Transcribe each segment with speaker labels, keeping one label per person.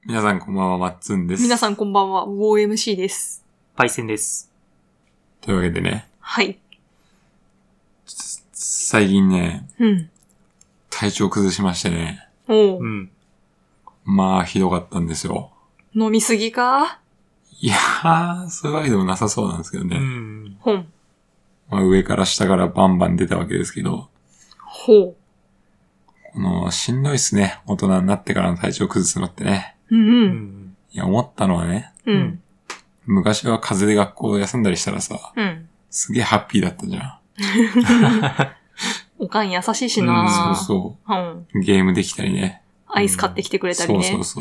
Speaker 1: 皆さんこんばんは、まっつんです。
Speaker 2: 皆さんこんばんは、OMC です。
Speaker 3: パイセンです。
Speaker 1: というわけでね。
Speaker 2: はい。
Speaker 1: 最近ね、体調崩しましてね。まあ、ひどかったんですよ。
Speaker 2: 飲みすぎか？
Speaker 1: いやー、そういうわけでもなさそうなんですけどね。まあ、上から下からバンバン出たわけですけど。しんどいっすね。大人になってからの体調崩すのってね。いや、思ったのはね。昔は風邪で学校休んだりしたらさ、すげえハッピーだったじゃん。
Speaker 2: おかん優しいしな。
Speaker 1: そう。ゲームできたりね。
Speaker 2: アイス買ってきてくれたりね。
Speaker 1: そう。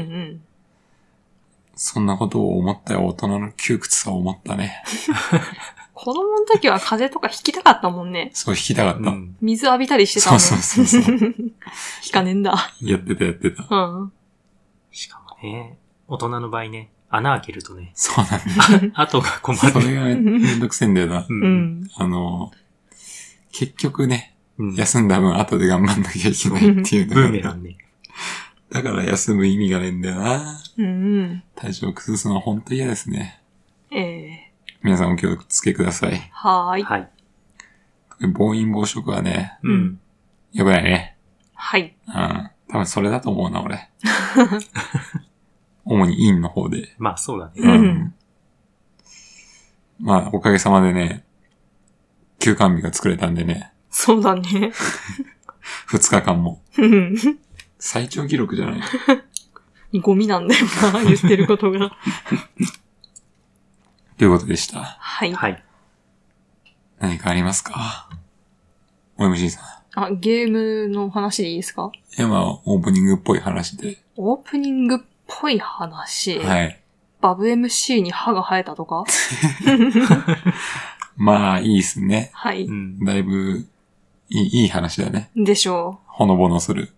Speaker 1: そんなことを思ったよ、大人の窮屈さを思ったね。
Speaker 2: 子供の時は風邪とか引きたかったもんね。
Speaker 1: そう、引きたかった。
Speaker 2: 水浴びたりしてたもん。
Speaker 1: そう。
Speaker 2: 引かねえんだ。
Speaker 1: やってた。
Speaker 3: しかもね、大人の場合ね、穴開けるとね。
Speaker 1: そうなんだ。
Speaker 3: 後が困る。
Speaker 1: それがめんどくせえんだよな。結局ね、休んだ分後で頑張んなきゃいけないっていうの
Speaker 3: ブーメランね。
Speaker 1: だから休む意味がねえんだよな。体調崩すのは本当嫌ですね。皆さんお気をつけください。
Speaker 2: はい。
Speaker 1: 暴飲暴食はね、良くないね。
Speaker 2: はい。
Speaker 1: 多分それだと思うな、俺。主に陰の方で。
Speaker 3: まあそうだね。
Speaker 1: まあおかげさまでね、休館日が作れたんでね。
Speaker 2: そうだね。
Speaker 1: 2日間も。最長記録じゃない？
Speaker 2: ゴミなんだよな、言ってることが。
Speaker 1: ということでした。
Speaker 2: はい。
Speaker 1: 何かありますか？OMC さ
Speaker 2: ん。ゲームの話でいいですか？
Speaker 1: まあ、オープニングっぽい話で。
Speaker 2: オープニングっぽい話？
Speaker 1: はい。
Speaker 2: バブ MC に歯が生えたとか？
Speaker 1: まあ、いいっすね。
Speaker 2: はい。
Speaker 1: だいぶ、いい話だね。
Speaker 2: でしょう。
Speaker 1: ほのぼのする。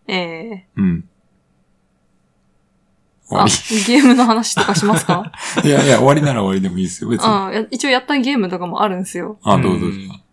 Speaker 1: 終わり。
Speaker 2: ゲームの話とかしますか？
Speaker 1: いや、終わりなら終わりでもいいですよ、別に。
Speaker 2: 一応やったゲームとかもあるんですよ。
Speaker 1: どうぞ。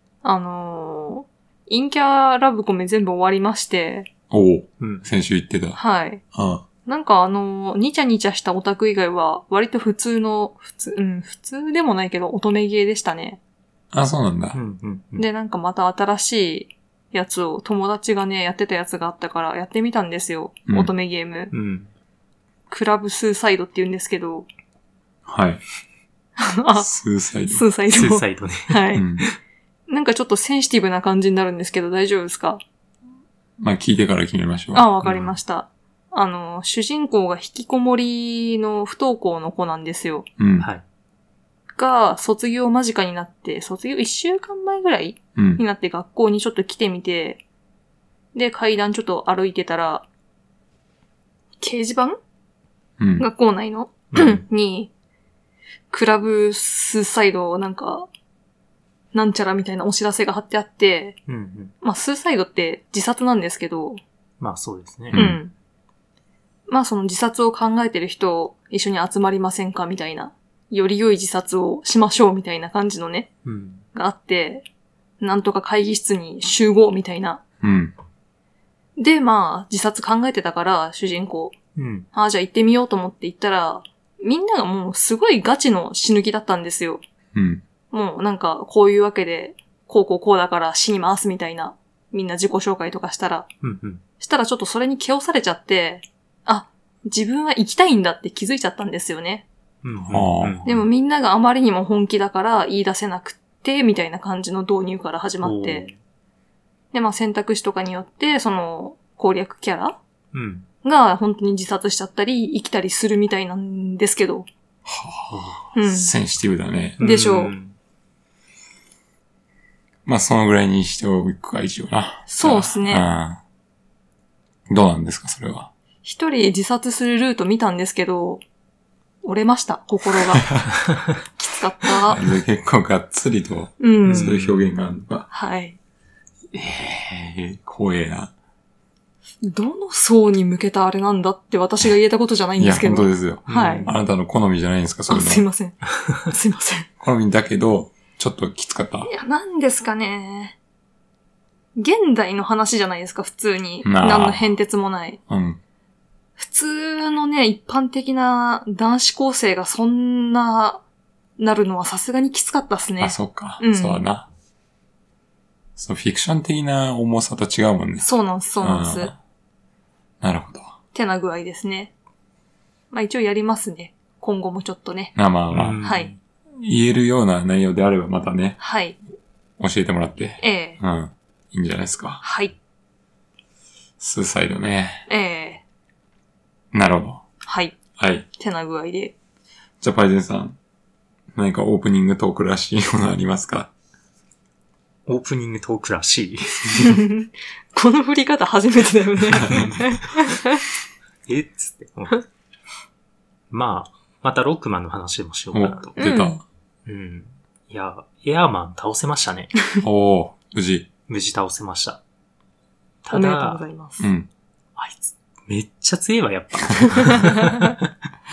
Speaker 2: 陰キャラブコメ全部終わりまして。
Speaker 1: 先週言ってた。
Speaker 2: はい。なんかニチャニチャしたオタク以外は、割と普通でもないけど、乙女ゲーでしたね。
Speaker 1: そうなんだ。
Speaker 2: で、なんかまた新しいやつを友達がね、やってたやつがあったからやってみたんですよ。乙女ゲーム。クラブスーサイドって言うんですけど。
Speaker 1: はい。スーサイド。
Speaker 3: スーサイドね。
Speaker 2: はい。なんかちょっとセンシティブな感じになるんですけど大丈夫ですか？
Speaker 1: まあ聞いてから決めましょう。
Speaker 2: わかりました。主人公が引きこもりの不登校の子なんですよ。
Speaker 3: はい。
Speaker 2: が、卒業間近になって、卒業1週間前ぐらいになって学校にちょっと来てみて、で、階段ちょっと歩いてたら、掲示板学校内のに、クラブスーサイドなんか、なんちゃらみたいなお知らせが貼ってあって、まあ、スーサイドって自殺なんですけど、
Speaker 3: まあそうですね。
Speaker 2: まあその自殺を考えてる人を一緒に集まりませんかみたいな、より良い自殺をしましょうみたいな感じのね、があって、なんとか会議室に集合みたいな。で、まあ自殺考えてたから、主人公。じゃあ行ってみようと思って行ったら、みんながもうすごいガチの死ぬ気だったんですよ。もうなんかこういうわけで、こうだから死にますみたいな。みんな自己紹介とかしたら。したらちょっとそれに気をされちゃって、自分は行きたいんだって気づいちゃったんですよね。でもみんながあまりにも本気だから言い出せなくって、みたいな感じの導入から始まって。で、まあ選択肢とかによって、その攻略キャラが本当に自殺しちゃったり、生きたりするみたいなんですけど。
Speaker 1: センシティブだね。
Speaker 2: でしょう。
Speaker 1: まあそのぐらいにしておくか、一応な。
Speaker 2: そうですね。
Speaker 1: どうなんですか、それは。
Speaker 2: 一人自殺するルート見たんですけど、折れました、心が。きつかった。
Speaker 1: 結構がっつりと、そういう表現があるのか。
Speaker 2: はい。
Speaker 1: 怖えな。
Speaker 2: どの層に向けたあれなんだって私が言えたことじゃないんですけど。
Speaker 1: いや、本当ですよ。
Speaker 2: はい。
Speaker 1: あなたの好みじゃないんですか、それは。
Speaker 2: すいません。すいません。
Speaker 1: 好みだけど、ちょっときつかった。
Speaker 2: いや、なんですかね。現代の話じゃないですか、普通に。何の変哲もない。 普通のね、一般的な男子高生がそんな、なるのはさすがにきつかったっすね。
Speaker 1: あ、そっか。そうだな。そう、フィクション的な重さと違うもんね。
Speaker 2: そうなんです、そうなんです。
Speaker 1: なるほど。
Speaker 2: てな具合ですね。まあ一応やりますね。今後もちょっとね。
Speaker 1: まあまあまあ。
Speaker 2: はい。
Speaker 1: 言えるような内容であればまたね。
Speaker 2: はい。
Speaker 1: 教えてもらって。うん。いいんじゃないですか。
Speaker 2: はい。
Speaker 1: スーサイドね。なるほど。
Speaker 2: はい。
Speaker 1: はい。
Speaker 2: てな具合で。
Speaker 1: じゃあパイセンさん、何かオープニングトークらしいものありますか？
Speaker 3: オープニングトークらしい
Speaker 2: この振り方初めてだよね。
Speaker 3: っつって。まあ、またロックマンの話でもしようかなと。
Speaker 1: 出た。
Speaker 3: うん。いや、エアーマン倒せましたね。
Speaker 1: おー、無事。
Speaker 3: 無事倒せました。
Speaker 2: ただ、おめでとうございます。
Speaker 3: あいつ、めっちゃ強いわ、やっぱ。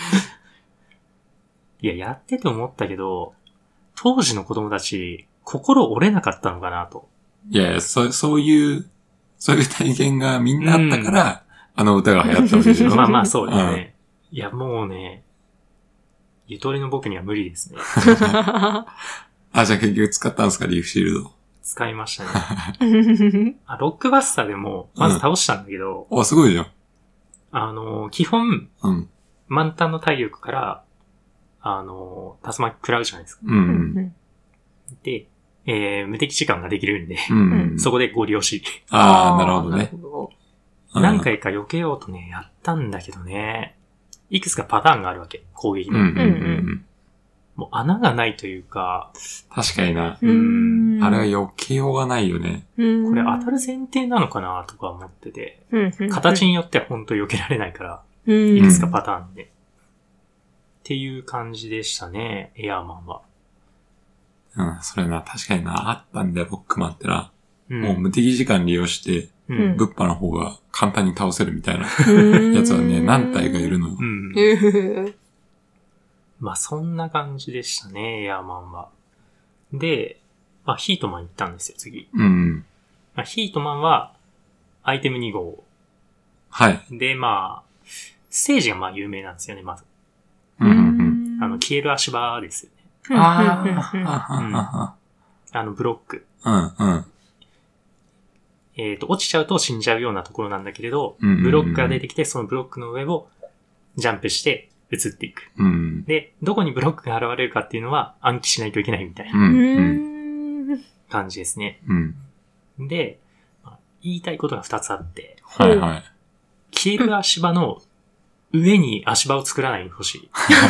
Speaker 3: いや、やってて思ったけど、当時の子供たち、心折れなかったのかなと。
Speaker 1: いや、そういう体験がみんなあったから、あの歌が流行ったわけでしょ。
Speaker 3: まあまあそうですね。いや、もうね、ゆとりの僕には無理ですね。
Speaker 1: あ、じゃあ結局使ったんですか、リーフシールド。
Speaker 3: 使いましたね。ロックバスターでも、まず倒したんだけど。
Speaker 1: すごいじゃ
Speaker 3: ん。基本、満タンの体力から、竜巻食らうじゃないですか。で、無敵時間ができるんで、そこでご利用し。
Speaker 1: なるほどね。
Speaker 3: 何回か避けようとね、やったんだけどね、いくつかパターンがあるわけ、攻撃の。もう穴がないというか。
Speaker 1: 確かにな。あれは避けようがないよね。
Speaker 3: これ当たる前提なのかなとか思ってて、形によっては本当に避けられないから、いくつかパターンで。っていう感じでしたね、エアーマンは。
Speaker 1: それな、確かにな、あったんだよ、ロックマンってな。もう無敵時間利用して、物販の方が簡単に倒せるみたいなやつはね、何体がいるのよ。
Speaker 3: まあそんな感じでしたね、エアーマンは。で、まあヒートマン行ったんですよ、次。ヒートマンは、アイテム2号。
Speaker 1: はい。
Speaker 3: で、まあ、ステージがまあ有名なんですよね、まず。消える足場ですよね。ブロック。落ちちゃうと死んじゃうようなところなんだけれど、ブロックが出てきて、そのブロックの上をジャンプして移っていく。で、どこにブロックが現れるかっていうのは暗記しないといけないみたいな感じですね。で、言いたいことが2つあって、消える足場の上に足場を作らないでほしい。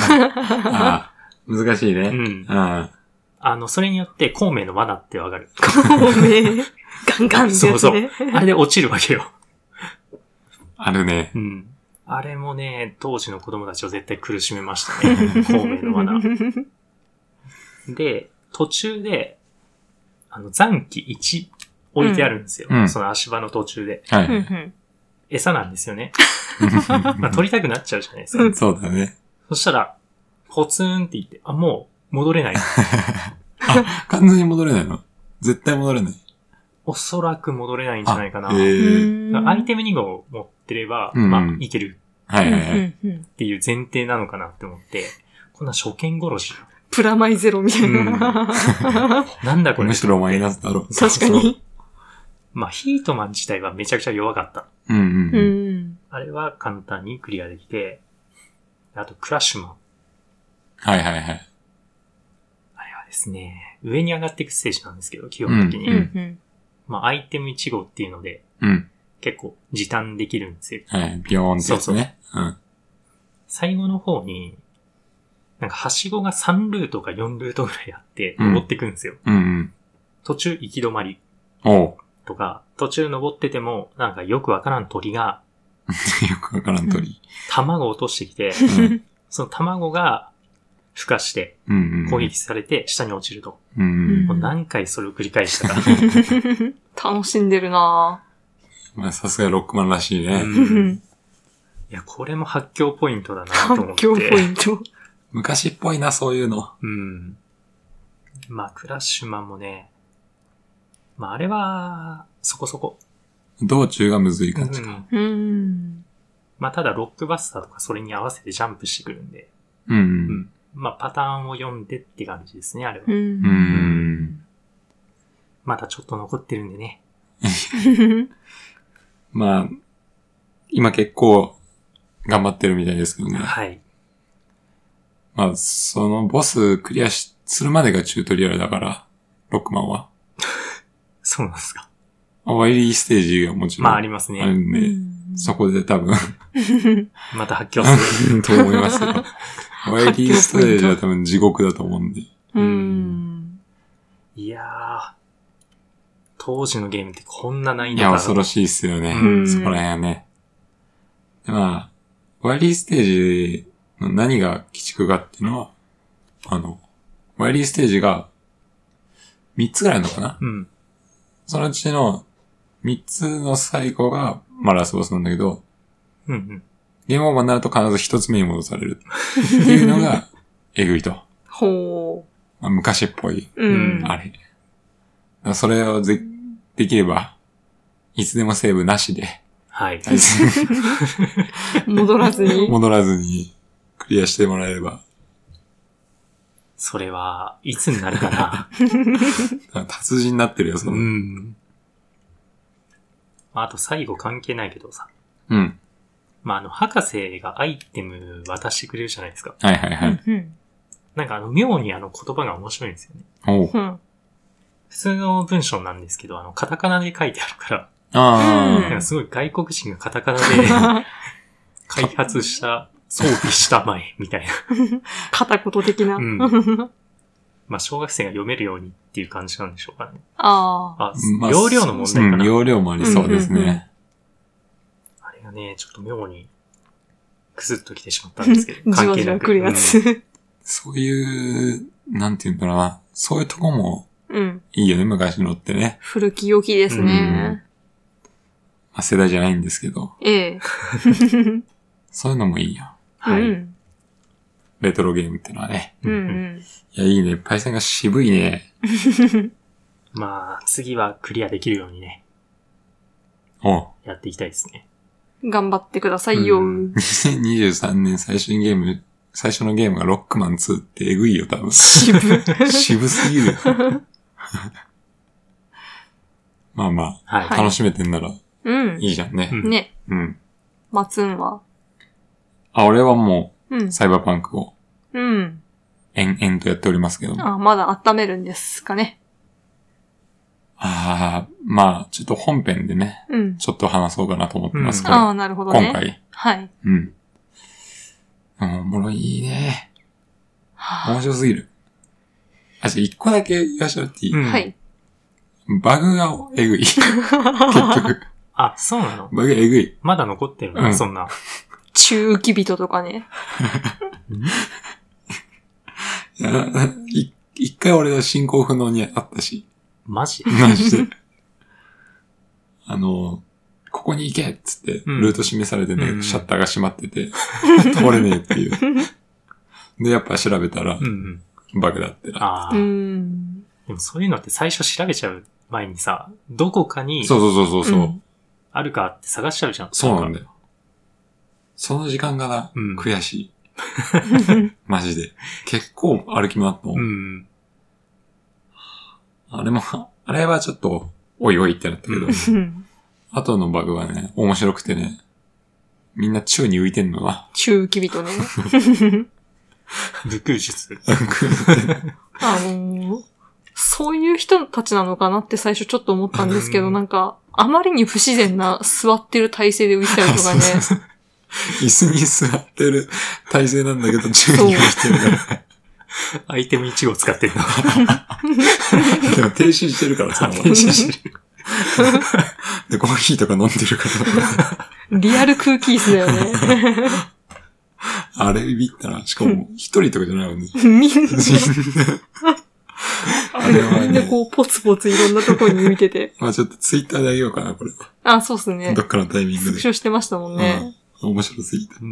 Speaker 1: 難しいね。
Speaker 3: それによって孔明の罠ってわかる。
Speaker 2: 孔明ガンガンってやつね。
Speaker 3: そう。あれで落ちるわけよ。
Speaker 1: あるね。
Speaker 3: あれもね、当時の子供たちを絶対苦しめましたね。孔明の罠。で、途中で、残機1置いてあるんですよ。その足場の途中で。餌なんですよね。取りたくなっちゃうじゃないですか。
Speaker 1: そうだね。
Speaker 3: そしたら、ポツンって言って、もう戻れない。
Speaker 1: 完全に戻れないの？絶対戻れない。
Speaker 3: おそらく戻れないんじゃないかな。アイテム2号持ってれば、いける。っていう前提なのかなって思って、こんな初見殺し。
Speaker 2: プラマイゼロみたいな。
Speaker 3: なんだこれ。
Speaker 1: むしろマイナスだろ。
Speaker 2: 確かに。
Speaker 3: ヒートマン自体はめちゃくちゃ弱かった。あれは簡単にクリアできて、あとクラッシュマン。あれはですね、上に上がっていくステージなんですけど、基本的に。アイテム1号っていうので、結構時短できるんですよ。
Speaker 1: ビヨーンってやつね。
Speaker 3: 最後の方に、なんかはしごが3ルートか4ルートぐらいあって、登っていくんですよ。途中行き止まり。とか、途中登ってても、なんかよくわからん鳥が、
Speaker 1: よくわからん鳥。
Speaker 3: 卵を落としてきて、その卵が孵化して、攻撃されて下に落ちると。もう何回それを繰り返したか。
Speaker 2: 楽しんでるな
Speaker 1: ぁ。さすがロックマンらしいね。
Speaker 3: いや、これも発狂ポイントだなと思って。
Speaker 2: 発狂ポイント。
Speaker 1: 昔っぽいな、そういうの。
Speaker 3: クラッシュマンもね、あれは、そこそこ。
Speaker 1: 道中がむずい感じか。
Speaker 3: まあただロックバスターとかそれに合わせてジャンプしてくるんで。
Speaker 1: うん。
Speaker 3: まあパターンを読んでって感じですね、あれは。まだちょっと残ってるんでね。
Speaker 1: まあ、今結構頑張ってるみたいですけどね。
Speaker 3: はい。
Speaker 1: まあ、そのボスクリアするまでがチュートリアルだから、ロックマンは。
Speaker 3: そうなんですか。
Speaker 1: ワイリーステージがもちろん。
Speaker 3: まあありますね。
Speaker 1: あるんで、そこで多分
Speaker 3: また発狂する。
Speaker 1: と思いますよ。ワイリーステージは多分地獄だと思うんで。
Speaker 3: いやー、当時のゲームってこんな難易度だ。
Speaker 1: いや、恐ろしいっすよね。そこら辺はね。でまあ、ワイリーステージの何が鬼畜かっていうのは、ワイリーステージが3つぐらいあるのかな、そのうちの3つの最後がラスボスなんだけど、ゲームオーバーになると必ず1つ目に戻される。っていうのが、えぐいと。
Speaker 2: ほ
Speaker 1: う。昔っぽい。あれ。それをできれば、いつでもセーブなしで。
Speaker 3: はい。
Speaker 2: 戻らず
Speaker 1: にクリアしてもらえれば。
Speaker 3: それは、いつになるかな。
Speaker 1: 達人になってるよ、その。
Speaker 3: あと最後関係ないけどさ。
Speaker 1: ま
Speaker 3: あ博士がアイテム渡してくれるじゃないですか。
Speaker 1: はいはいはい。
Speaker 3: なんか妙に言葉が面白いんですよね。普通の文章なんですけど、カタカナで書いてあるから。なんかすごい外国人がカタカナで開発した装備したまえみたいな。
Speaker 2: 片言的な。
Speaker 3: まあ小学生が読めるようにっていう感じなんでしょうかね。
Speaker 2: 容
Speaker 3: 量の問題かな。
Speaker 1: 容量もありそうですね。
Speaker 3: あれがね、ちょっと妙にクスッときてしまったんですけど。
Speaker 2: 関係なく。来るやつ。
Speaker 1: そういう、なんていうんだろうな。そういうとこもいいよね、昔のってね。
Speaker 2: 古き良きですね。
Speaker 1: まあ世代じゃないんですけど。そういうのもいいよ。
Speaker 3: はい。
Speaker 1: レトロゲームってのはね。いや、いいね。パイセンが渋いね。
Speaker 3: まあ、次はクリアできるようにね。やっていきたいですね。
Speaker 2: 頑張ってくださいよ。
Speaker 1: 2023年最初のゲームがロックマン2ってえぐいよ、多分。渋すぎるよ。まあまあ、楽しめてんならいいじゃんね。
Speaker 2: ね。マツンは
Speaker 1: 俺はもう、サイバーパンクを、延々とやっておりますけど。
Speaker 2: まだ温めるんですかね。
Speaker 1: まあ、ちょっと本編でね、ちょっと話そうかなと思ってますから。
Speaker 2: なるほどね。
Speaker 1: 今回。
Speaker 2: はい。
Speaker 1: おもろいね。面白すぎる。一個だけ言わせてもらっていい？
Speaker 2: はい。
Speaker 1: バグがえぐい。結局。
Speaker 3: そうなの？
Speaker 1: バグがえぐい。
Speaker 3: まだ残ってるの、そんな。
Speaker 2: 中期人とかね。
Speaker 1: 一回俺は進行不能にあったし。
Speaker 3: マジ
Speaker 1: で。ここに行けっつって、ルート示されてね、シャッターが閉まってて、通れねえっていう。で、やっぱ調べたら、バグだってな。
Speaker 3: でもそういうのって最初調べちゃう前にさ、どこかに、
Speaker 1: そう。
Speaker 3: あるかって探しちゃうじゃん。
Speaker 1: そうなんだよ。その時間がな、悔しい。マジで。結構歩き回ったもん。あれはちょっと、おいおいってなったけど、後のバグはね、面白くてね、みんな宙に浮いてんのな。
Speaker 2: 中期人ね。
Speaker 3: 武空術。
Speaker 2: そういう人たちなのかなって最初ちょっと思ったんですけど、なんか、あまりに不自然な座ってる体勢で浮いたりとかね。
Speaker 1: 椅子に座ってる体勢なんだけど、宙に浮いてるから。
Speaker 3: アイテム1号使ってんの。
Speaker 1: でも停止してるからさ、停止してる。で、コーヒーとか飲んでるから。
Speaker 2: リアル空気椅子だよね。
Speaker 1: あれビビったな。しかも、一人とかじゃないもんね。
Speaker 2: みんな。みんなこう、ポツポツいろんなとこに浮いてて。
Speaker 1: まあちょっとツイッターであげようかな、これは。
Speaker 2: そうっすね。
Speaker 1: どっかのタイミングで。
Speaker 2: スクショしてましたもんね。
Speaker 1: 面白すぎて。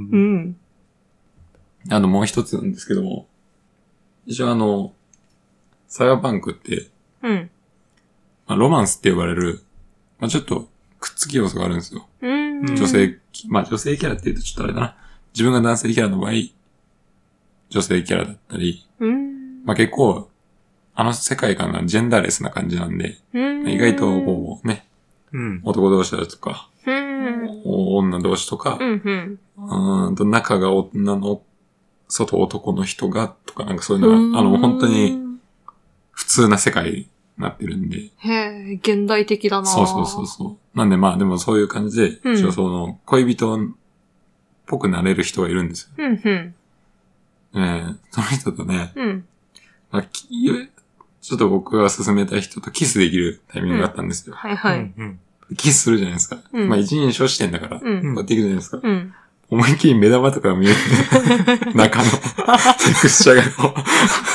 Speaker 1: もう一つなんですけども、一応サイバーパンクって、ロマンスって呼ばれる、ちょっとくっつき要素があるんですよ。女性キャラって言うとちょっとあれだな。自分が男性キャラの場合、女性キャラだったり、まあ結構、世界観がジェンダーレスな感じなんで、意外とこうね、男同士だとか、女同士とか、中が女の、外男の人がとかなんかそういうのが、本当に普通な世界になってるんで。
Speaker 2: へぇ、現代的だな。
Speaker 1: そう。なんでまあでもそういう感じで、その恋人っぽくなれる人がいるんですよ。その人とね、まあ、ちょっと僕が勧めた人とキスできるタイミングがあったんですよ。キスするじゃないですか。まあ一人称視点だから、こうやっていくじゃないですか。思いっきり目玉とかが見える、ね。中のセクスチャがこう、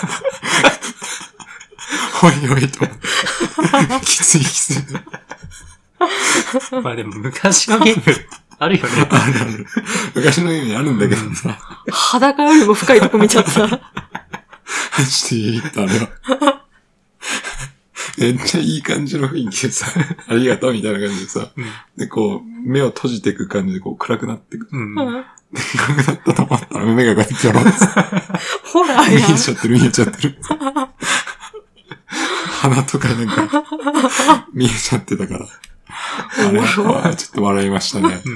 Speaker 1: ほいほいと、きつい。
Speaker 3: まあでも昔のゲーム、あるよね。
Speaker 1: ある。昔のゲームにあるんだけどさ。
Speaker 2: 裸よりも深いとこ見ちゃった。
Speaker 1: マジでいいってあれは。めっちゃいい感じの雰囲気でさ、ありがとうみたいな感じでさ、で、こう、目を閉じていく感じでこう暗くなっていく。で、暗くなったと思ったら目がこうやってちょろっと。
Speaker 2: ほら、
Speaker 1: 見えちゃってる。鼻とかなんか、見えちゃってたから。あれはちょっと笑いましたね。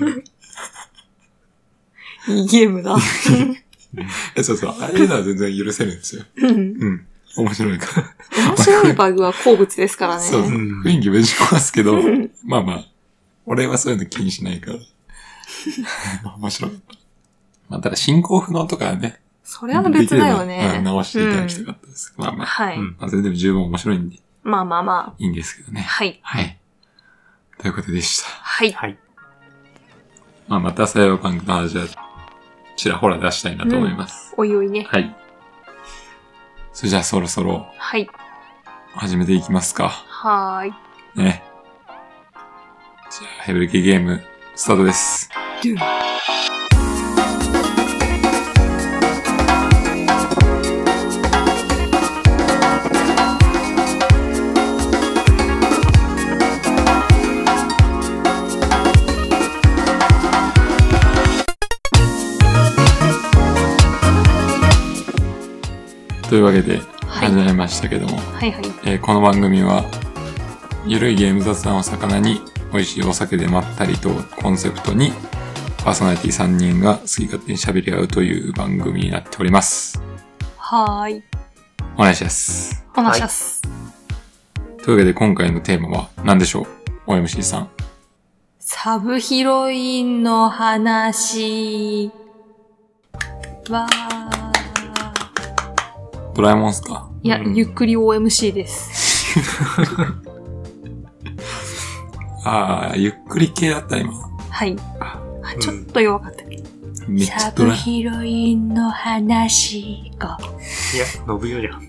Speaker 2: いいゲームだ。
Speaker 1: そう。ああいうのは全然許せるんですよ。面白いから。
Speaker 2: 面白いバグは好物ですからね。
Speaker 1: そう。雰囲気ぶち壊すけど、まあ、俺はそういうの気にしないから。面白い。まあ、ただ進行不能とかはね。
Speaker 2: それは別だよね。
Speaker 1: 直していただきたかったです。まあ。
Speaker 2: はい。
Speaker 1: それでも十分面白いんで。
Speaker 2: まあ。
Speaker 1: いいんですけどね。
Speaker 2: はい。
Speaker 1: ということでした。
Speaker 2: はい。
Speaker 1: まあ、またサイバーパンクの話は、ちらほら出したいなと思います。
Speaker 2: おいおいね。
Speaker 1: はい。それじゃあそろそろ、始めていきますか。
Speaker 2: はーい。
Speaker 1: ね。じゃあ、ヘブル系ゲーム、スタートです。というわけで始めましたけども、この番組はゆるいゲーム雑談を魚に美味しいお酒でまったりとコンセプトにパーソナリティ3人が好き勝手に喋り合うという番組になっております。
Speaker 2: はーい。
Speaker 1: お願いします。
Speaker 2: お願いします。
Speaker 1: というわけで今回のテーマは何でしょう？ OMC さん。
Speaker 2: サブヒロインの話は
Speaker 1: ドラえもんっすか？
Speaker 2: いや、ゆっくり OMC です。
Speaker 1: ゆっくり系だった今。
Speaker 2: はい。ちょっと弱かった。
Speaker 1: めっちゃ
Speaker 2: サブヒロインの話が。
Speaker 3: いや、信代じゃん。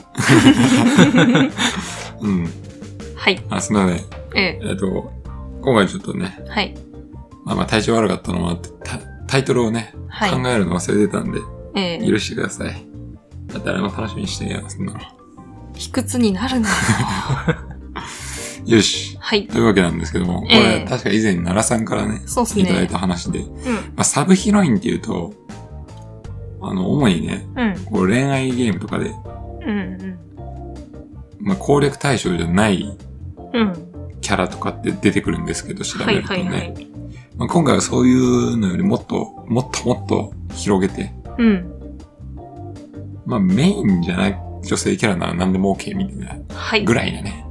Speaker 2: はい。
Speaker 1: すみません。今回ちょっとね。
Speaker 2: はい。
Speaker 1: 体調悪かったのもあって、タイトルをね、考えるの忘れてたんで、許してください。誰も楽しみにしてやそんなの。
Speaker 2: 卑屈になるなよ。
Speaker 1: よし。
Speaker 2: はい。
Speaker 1: というわけなんですけども、これ確か以前奈良さんからね、
Speaker 2: そうですね。
Speaker 1: いただいた話で、サブヒロインっていうと、主にね、こう恋愛ゲームとかで、攻略対象じゃないキャラとかって出てくるんですけど、調べるとね。今回はそういうのよりもっと広げて、メインじゃない女性キャラなら何でも OK みたいなぐらいだね。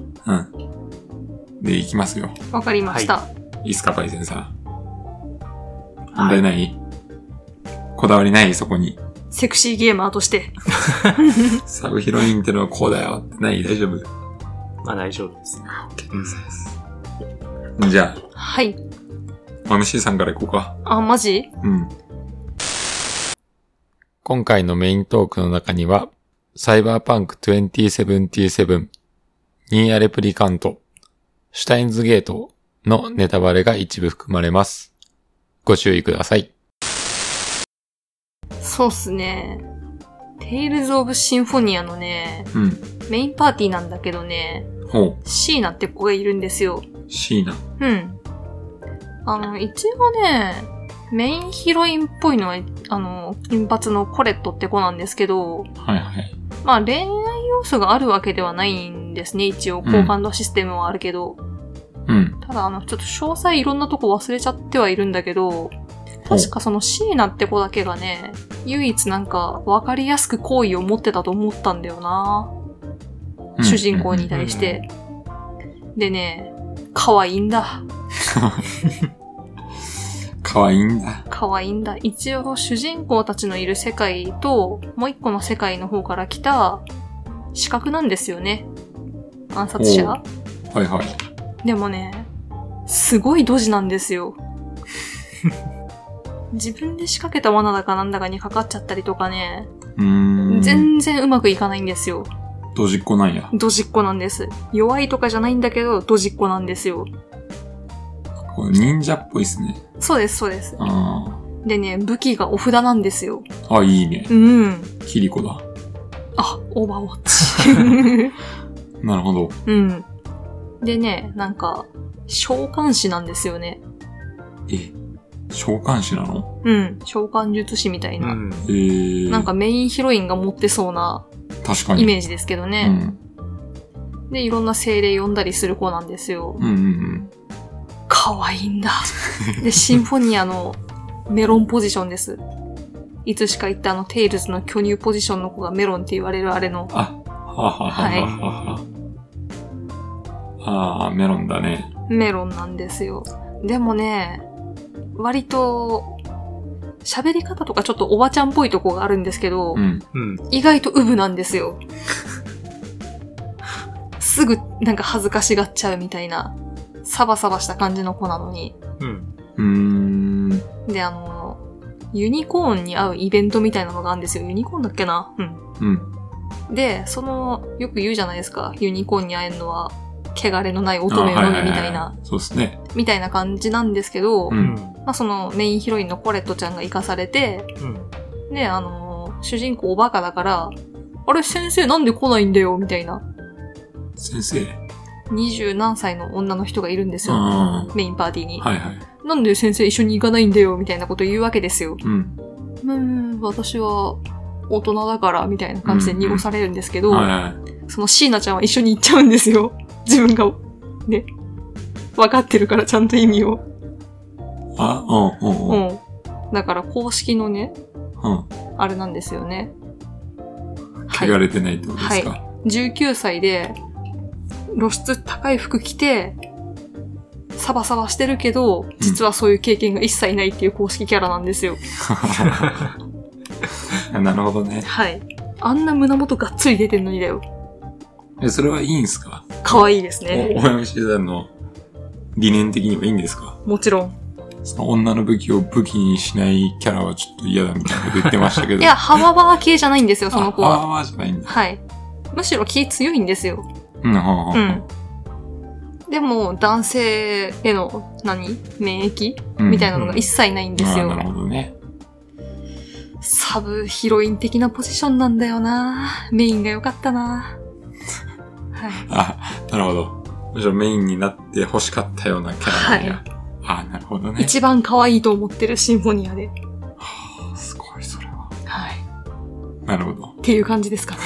Speaker 1: で、いきますよ。
Speaker 2: わかりました。
Speaker 1: いいっすか、パイセンさん。問題ない？こだわりないそこに。
Speaker 2: セクシーゲーマーとして。
Speaker 1: サブヒロインってのはこうだよってない？大丈夫？
Speaker 3: 大丈夫です。
Speaker 1: OK です。じゃあ。
Speaker 2: はい。
Speaker 1: MC さんから行こうか。
Speaker 2: マジ？
Speaker 1: 今回のメイントークの中には、サイバーパンク2077、ニーアレプリカント、シュタインズゲートのネタバレが一部含まれます。ご注意ください。
Speaker 2: そうっすね。テイルズ・オブ・シンフォニアのね、メインパーティーなんだけどね、シーナって子がいるんですよ。
Speaker 1: シーナ。
Speaker 2: 一応ね、メインヒロインっぽいのは、金髪のコレットって子なんですけど、
Speaker 1: はいはい。
Speaker 2: まあ恋愛要素があるわけではないんですね、一応。好感度システムはあるけど。
Speaker 1: うん。
Speaker 2: ただちょっと詳細いろんなとこ忘れちゃってはいるんだけど、確かそのシーナって子だけがね、唯一なんか分かりやすく好意を持ってたと思ったんだよな。主人公に対して。でね、可愛いんだ。
Speaker 1: 可愛いんだ。
Speaker 2: 可愛いんだ。一応主人公たちのいる世界と、もう一個の世界の方から来た刺客なんですよね。暗殺者。
Speaker 1: はいはい。
Speaker 2: でもね、すごいドジなんですよ。自分で仕掛けた罠だかなんだかにかかっちゃったりとかね。全然うまくいかないんですよ。
Speaker 1: ドジっ子なんや。
Speaker 2: ドジっ子なんです。弱いとかじゃないんだけど、ドジっ子なんですよ。
Speaker 1: 忍者っぽいっすね。
Speaker 2: そうです、そうです。でね、武器がお札なんですよ。
Speaker 1: あ、いいね。
Speaker 2: うん。
Speaker 1: キリコだ。
Speaker 2: あ、オーバーウォッチ。
Speaker 1: なるほど。
Speaker 2: うん。でね、なんか、召喚師なんですよね。
Speaker 1: 召喚師なの？
Speaker 2: うん。召喚術師みたいな。なんかメインヒロインが持ってそうなイメージですけどね。で、いろんな精霊呼んだりする子なんですよ。可愛いんだ。で、シンフォニアのメロンポジションです。いつしか言ったテイルズの巨乳ポジションの子がメロンって言われるあれの。
Speaker 1: はい。メロンだね。
Speaker 2: メロンなんですよ。でもね、割と、喋り方とかちょっとおばちゃんっぽいとこがあるんですけど、意外とウブなんですよ。すぐなんか恥ずかしがっちゃうみたいな、サバサバした感じの子なのに。で、ユニコーンに会うイベントみたいなのがあるんですよ。ユニコーンだっけな？で、よく言うじゃないですか。ユニコーンに会えるのは、汚れのない乙女のみみたいな。
Speaker 1: そうですね。
Speaker 2: みたいな感じなんですけど、まあそのメインヒロインのコレットちゃんが生かされて、で、主人公おバカだから、あれ先生なんで来ないんだよみたいな。
Speaker 1: 先生
Speaker 2: 20何歳の女の人がいるんですよ。メインパーティーに。
Speaker 1: はいはい。
Speaker 2: なんで先生一緒に行かないんだよみたいなこと言うわけですよ。私は大人だからみたいな感じで濁されるんですけど、そのシーナちゃんは一緒に行っちゃうんですよ。自分が、ね。分かってるからちゃんと意味を。だから公式のね、あれなんですよね。
Speaker 1: 汚れてないってことですか？はい。
Speaker 2: 19歳で、露出高い服着て、サバサバしてるけど、実はそういう経験が一切ないっていう公式キャラなんですよ。
Speaker 1: なるほどね。
Speaker 2: はい。あんな胸元がっつり出てんのにだよ。
Speaker 1: それはいいんすか？
Speaker 2: 可愛いですね。
Speaker 1: 大山しさんの理念的にはいいんですか？
Speaker 2: もちろん。
Speaker 1: その女の武器を武器にしないキャラはちょっと嫌だみたいなこと言ってましたけど。
Speaker 2: いや、ハワバー系じゃないんですよ、その子は。
Speaker 1: ハワバーじゃないんだ。
Speaker 2: はい。むしろ気強いんですよ。でも、男性への、免疫、みたいなのが一切ないんですよ。
Speaker 1: なるほどね。
Speaker 2: サブヒロイン的なポジションなんだよな。メインが良かったな。
Speaker 1: はい。なるほど。むしろメインになって欲しかったようなキャラなんや。なるほどね。
Speaker 2: 一番可愛いと思ってるシンフォニアで。
Speaker 1: すごい、それは。
Speaker 2: はい。
Speaker 1: なるほど。
Speaker 2: っていう感じですかね。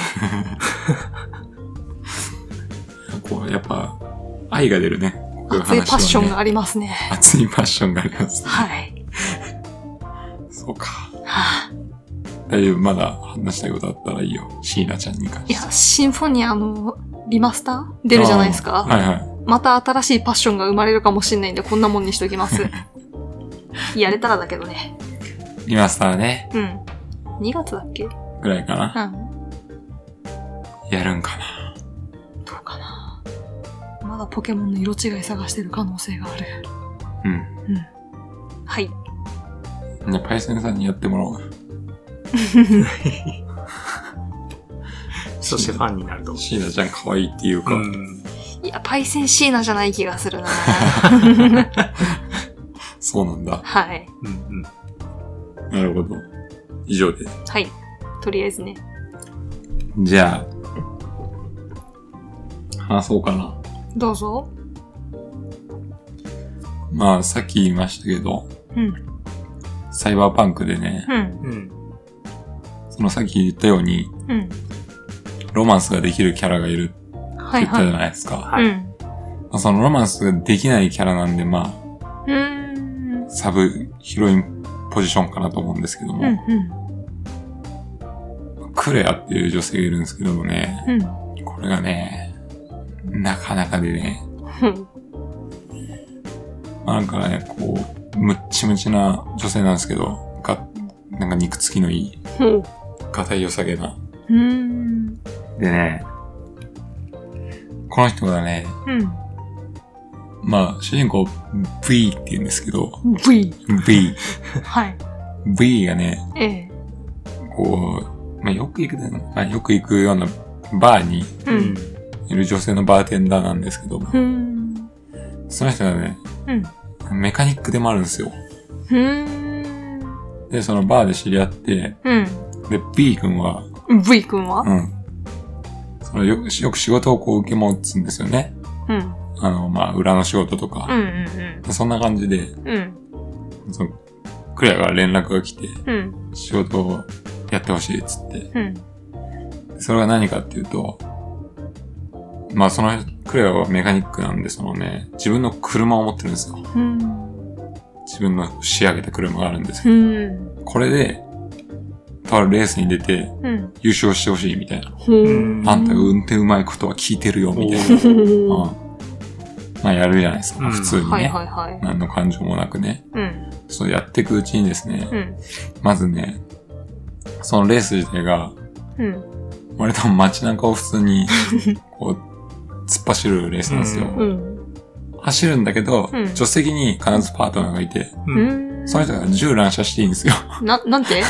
Speaker 1: やっぱ、愛が出るね。
Speaker 2: 熱いパッションがありますね。
Speaker 1: 熱いパッションがありますね。
Speaker 2: はい。
Speaker 1: そうか。大丈夫、まだ話したいことあったらいいよ。椎名ちゃんに関して。
Speaker 2: いや、シンフォニアリマスター出るじゃないですか。また新しいパッションが生まれるかもしれないんで、こんなもんにしときます。やれたらだけどね。
Speaker 1: リマスターね。
Speaker 2: 2月だっけ
Speaker 1: ぐらいかな。やるんかな。
Speaker 2: どうかな。まだポケモンの色違い探してる可能性がある。はい。
Speaker 1: じゃあ、パイセンさんにやってもらおう。
Speaker 3: そしてファンになると。
Speaker 1: 椎名ちゃん可愛いっていうか。
Speaker 2: いや、パイセン椎名じゃない気がするな。
Speaker 1: そうなんだ。
Speaker 2: はい。
Speaker 1: なるほど。以上で。
Speaker 2: はい。とりあえずね。
Speaker 1: じゃあ、話そうかな。
Speaker 2: どうぞ。
Speaker 1: まあ、さっき言いましたけど、サイバーパンクでね、そのさっき言ったように、ロマンスができるキャラがいるって言ったじゃないですか。そのロマンスができないキャラなんで、まあ、サブヒロインポジションかなと思うんですけども、クレアっていう女性がいるんですけどもね、これがね、なかなかでね、なんかね、こう、ムッチムチな女性なんですけど、なんか肉付きのいい、硬い良さげな。でね、この人がね、まあ、主人公 V って言うんですけど、
Speaker 2: V。
Speaker 1: はい。V がね、こう、まあ、よく行くようなバーにいる女性のバーテンダーなんですけども、その人がね、メカニックでもあるんですよ。で、そのバーで知り合って、で、V 君は、そのよく仕事をこう受け持つんですよね。まあ、裏の仕事とか。そんな感じで、そのクレアが連絡が来て、仕事をやってほしいっつって、それが何かっていうと、まあそのクレアはメカニックなんで、そのね、自分の車を持ってるんですよ。自分の仕上げた車があるんですけど、これで、とあるレースに出て、優勝してほしいみたいな。あんたが運転うまいことは聞いてるよ、みたいな。まあやるじゃないですか、普通にね。何の感情もなくね。そうやっていくうちにですね、まずね、そのレース自体が、割と街中を普通に、こう、突っ走るレースなんですよ。走るんだけど、助手席に必ずパートナーがいて、その人が銃乱射していいんですよ。
Speaker 2: なんて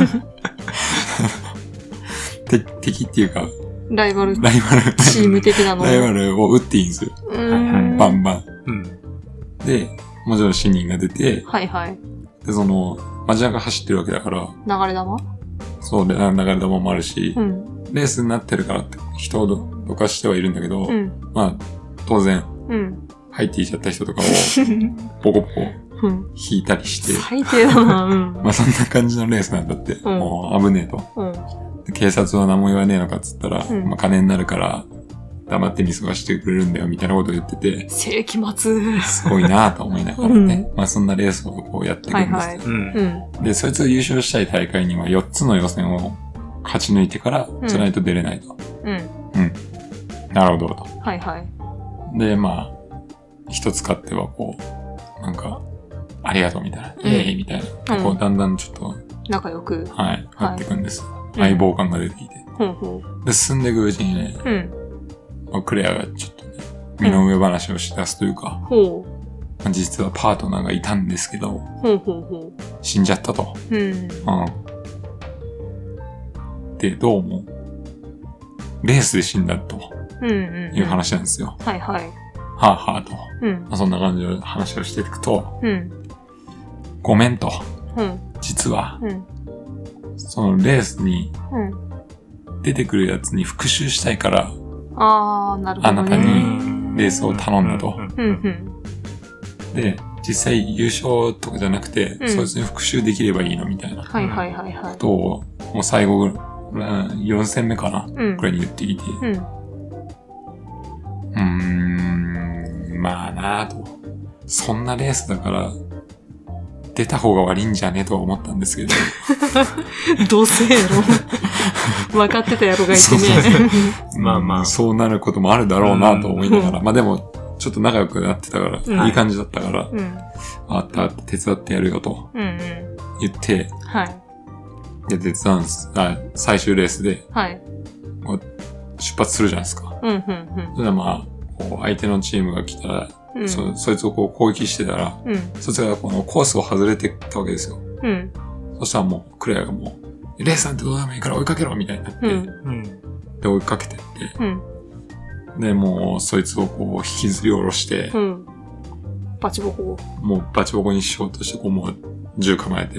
Speaker 1: 敵っていうか、
Speaker 2: ライバルチーム的なの。
Speaker 1: ライバルを撃っていいんですよ。バンバン。で、もちろん死人が出て、で、その、街中走ってるわけだから、
Speaker 2: 流れ弾
Speaker 1: そうで、流れ弾もあるし、レースになってるからって人をどかしてはいるんだけど、まあ、当然、入っていっちゃった人とかを、ボコボコ、引いたりして、
Speaker 2: 最低だな、
Speaker 1: まあそんな感じのレースなんだって、もう危ねえと。警察は何も言わねえのかっつったら、まあ金になるから、黙って見過ごしてくれるんだよ、みたいなことを言ってて、
Speaker 2: 世紀末。
Speaker 1: すごいなぁと思いながらね、まあそんなレースをこうやっていくんですよ。で、そいつが優勝したい大会には4つの予選を勝ち抜いてから、じゃないと出れないと。なるほどと。で、まあ、一つ勝ってはこう、なんか、ありがとうみたいな、みたいな、こうだんだんちょっと、
Speaker 2: 仲良く、
Speaker 1: 入っていくんです。相棒感が出てきて。で、進んでいくうちにね、クレアがちょっとね、身の上話をしだすというか、実はパートナーがいたんですけど、死んじゃったと。で、どうも、レースで死んだという話なんですよ。はぁはぁと。そんな感じの話をしていくと、ごめんと。実は、そのレースに出てくるやつに復讐したいから、あなたにレースを頼んだと。で、実際優勝とかじゃなくて、そいつに復讐できればいいのみたいなことを、もう最後、4戦目かな、くらいに言ってきて、まあなぁと。そんなレースだから、出た方が悪いんじゃねとは思ったんですけど。
Speaker 2: どうせやろ。分かってたやろがいてね。
Speaker 1: まあまあ。そうなることもあるだろうなと思いながら。まあでも、ちょっと仲良くなってたから、いい感じだったから、あった手伝ってやるよと言って、で、手伝うんです。最終レースで、出発するじゃないですか。それでまあ、こう相手のチームが来たら、そいつをこう攻撃してたら、そいつがこのコースを外れていったわけですよ。そしたらもう、クレアがもう、レースなんてどうでもいいから追いかけろみたいになって、で、追いかけてって、で、もう、そいつをこう、引きずり下ろして、
Speaker 2: バチボコ。
Speaker 1: もう、バチボコにしようとして、こう、もう、銃構えて、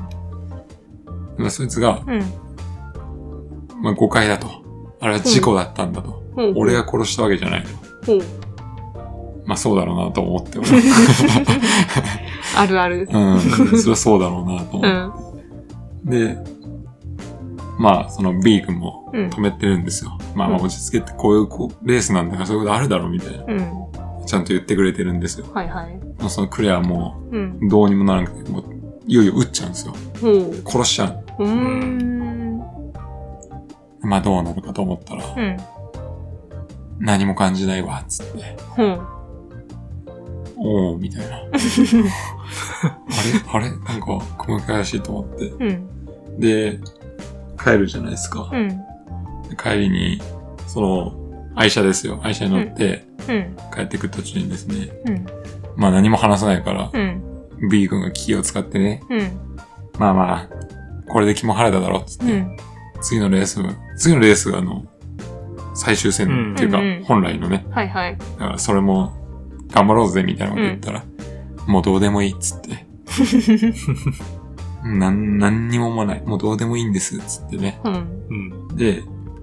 Speaker 1: そいつが、まあ、誤解だと。あれは事故だったんだと。俺が殺したわけじゃないと。 まあそうだろうなと思っても。
Speaker 2: あるある。
Speaker 1: それはそうだろうなと思って。で、まあその B 君も止めてるんですよ。まあ落ち着けてこういうレースなんだからそういうことあるだろうみたいな。ちゃんと言ってくれてるんですよ。はいはい。そのクレアもどうにもならなくて、もういよいよ撃っちゃうんですよ。殺しちゃう。まあどうなるかと思ったら、何も感じないわ、つって。おー、みたいな。あれなんか、細かいしいと思って。で、帰るじゃないですか。帰りに、その、愛車ですよ。愛車に乗って、帰ってくる途中にですね。まあ何も話さないから、B 君が気を使ってね。まあまあ、これで気も晴れただろ、つって。次のレースが最終戦っていうか、本来のね。はいはい。だからそれも、頑張ろうぜ、みたいなこと言ったら、もうどうでもいい、つって。何にも思わない。もうどうでもいいんです、つってね。で、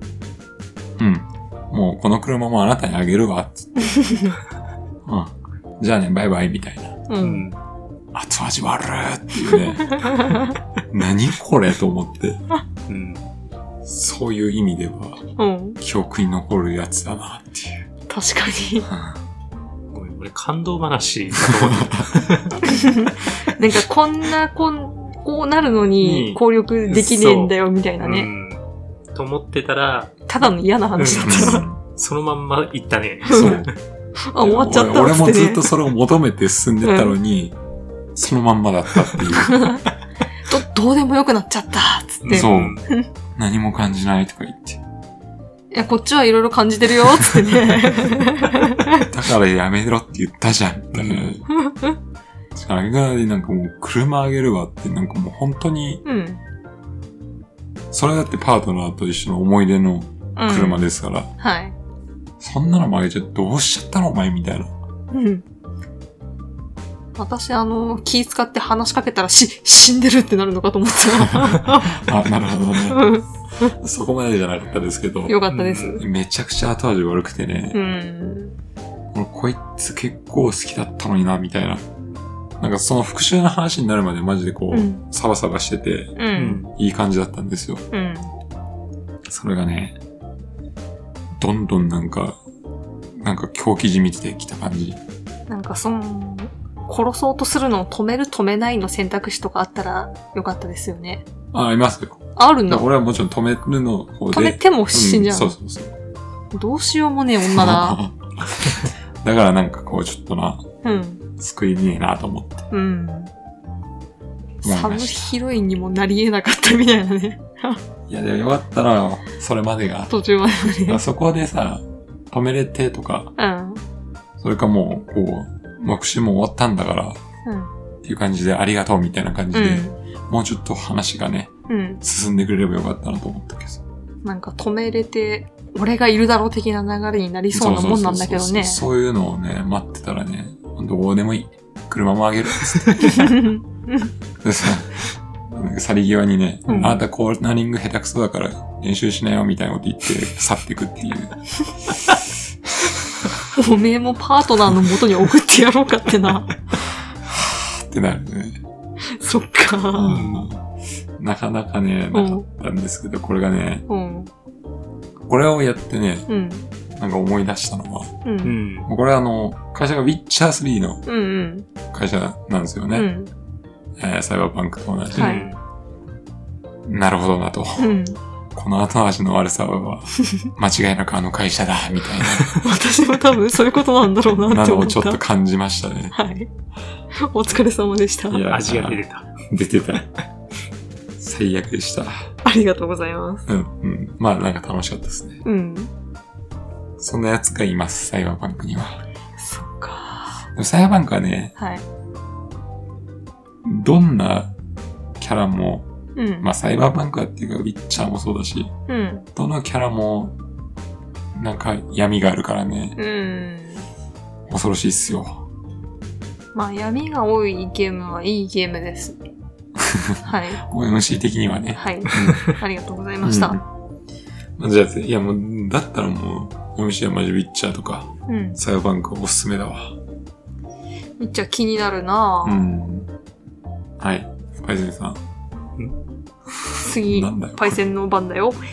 Speaker 1: もうこの車もあなたにあげるわ、つって。じゃあね、バイバイ、みたいな。後味悪ーっていうね。何これと思って。そういう意味では、記憶に残るやつだなっていう。
Speaker 2: 確かに。
Speaker 3: ごめん、俺感動話だと思った。
Speaker 2: なんかこうなるのに効力できねえんだよみたいなね。
Speaker 3: と思ってたら、
Speaker 2: ただの嫌な話だった。
Speaker 3: そのまんま行ったね。
Speaker 1: そう。
Speaker 2: 終わっちゃったってね。
Speaker 1: 俺もずっとそれを求めて進んでたのに、そのまんまだったっていう。
Speaker 2: どうでもよくなっちゃったつって。
Speaker 1: そう。何も感じないとか言って。
Speaker 2: いや、こっちはいろいろ感じてるよつってね。
Speaker 1: だからやめろって言ったじゃん。あれがなんかもう車あげるわってなんかもう本当に、それだってパートナーと一緒の思い出の車ですから。はい。そんなのもあげちゃってどうしちゃったのお前みたいな。
Speaker 2: 私気使って話しかけたら死んでるってなるのかと思った。
Speaker 1: あ、なるほどね。そこまでじゃなかったですけど。
Speaker 2: よかったです。
Speaker 1: めちゃくちゃ後味悪くてね。俺こいつ結構好きだったのにな、みたいな。なんかその復讐の話になるまでマジでこう、サバサバしてて、いい感じだったんですよ。それがね、どんどんなんか狂気じみてきた感じ。
Speaker 2: なんか殺そうとするのを止める止めないの選択肢とかあったらよかったですよね。
Speaker 1: ありますよ。
Speaker 2: あるんだ。
Speaker 1: 俺はもちろん止めるの方で。
Speaker 2: 止めても死んじゃう。
Speaker 1: そうそうそう。
Speaker 2: どうしようもねえ女だ。
Speaker 1: だからなんかこうちょっとな、救いねえなと思って。
Speaker 2: サブヒロインにもなり得なかったみたいなね。
Speaker 1: いやでもよかったな、それまでが。
Speaker 2: 途中までね。
Speaker 1: そこでさ、止めれてとか、それかもう、こう、復讐も終わったんだから、っていう感じでありがとうみたいな感じで、もうちょっと話がね、進んでくれればよかったなと思ったけど。
Speaker 2: なんか止めれて、俺がいるだろう的な流れになりそうなもんなんだけどね。
Speaker 1: そういうのをね、待ってたらね、どうでもいい。車もあげるっつって。でさ、去り際にね、あなたコーナリング下手くそだから練習しなよみたいなこと言って去っていくっていう。
Speaker 2: おめえもパートナーの元に送ってやろうかってな。は
Speaker 1: ぁってなるね。
Speaker 2: そっか、
Speaker 1: なかなかね、なかったんですけど、これがね、これをやってね、なんか思い出したのは、これ会社がウィッチャー3の会社なんですよね。サイバーパンクと同じ。なるほどなと。この後味の悪さは、間違いなくあの会社だ、みたいな。
Speaker 2: 私も多分そういうことなんだろうなって思った。
Speaker 1: なのをちょっと感じましたね。
Speaker 2: はい。お疲れ様でした。
Speaker 3: いや、味が出てた。
Speaker 1: 出てた。最悪でした。
Speaker 2: ありがとうございます。
Speaker 1: まあなんか楽しかったですね。そんなやつがいます、サイバーパンクには。
Speaker 2: そっか。
Speaker 1: でもサイバーパンクはね、どんなキャラも、まあサイバーパンクはっていうかウィッチャーもそうだし、どのキャラもなんか闇があるからね、恐ろしいっすよ。
Speaker 2: まあ闇が多いゲームはいいゲームです。はい。
Speaker 1: MC 的にはね。
Speaker 2: はい。ありがとうございました。
Speaker 1: じゃあ、いやもう、だったらもう、 お店はマジウィッチャーとか、サイバーバンクおすすめだわ。
Speaker 2: めっちゃ気になるなぁ。
Speaker 1: はい。パイセンさん。
Speaker 2: 次、パイセンの番だよ。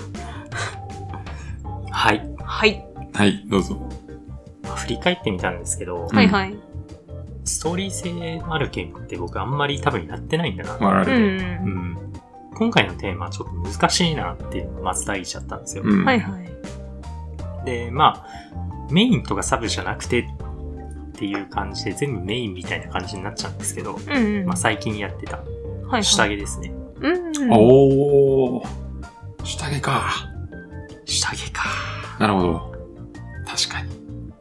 Speaker 3: はい。
Speaker 2: はい。
Speaker 1: はい、どうぞ。
Speaker 3: 振り返ってみたんですけど。
Speaker 2: はいはい。
Speaker 3: ストーリー性のあるゲームって僕あんまり多分やってないんだな。今回のテーマはちょっと難しいなっていうのがまず第一だったんですよ。
Speaker 2: はいはい。
Speaker 3: で、まあ、メインとかサブじゃなくてっていう感じで全部メインみたいな感じになっちゃうんですけど、まあ最近やってた下着ですね。
Speaker 1: おー、下着か。
Speaker 3: 下着か。
Speaker 1: なるほど。確かに。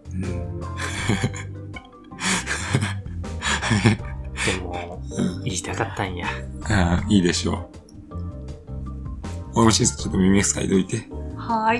Speaker 3: でも、言いたかったんや。
Speaker 1: いいでしょう。おいしいです。ちょっと耳塞いどいて。
Speaker 2: はい。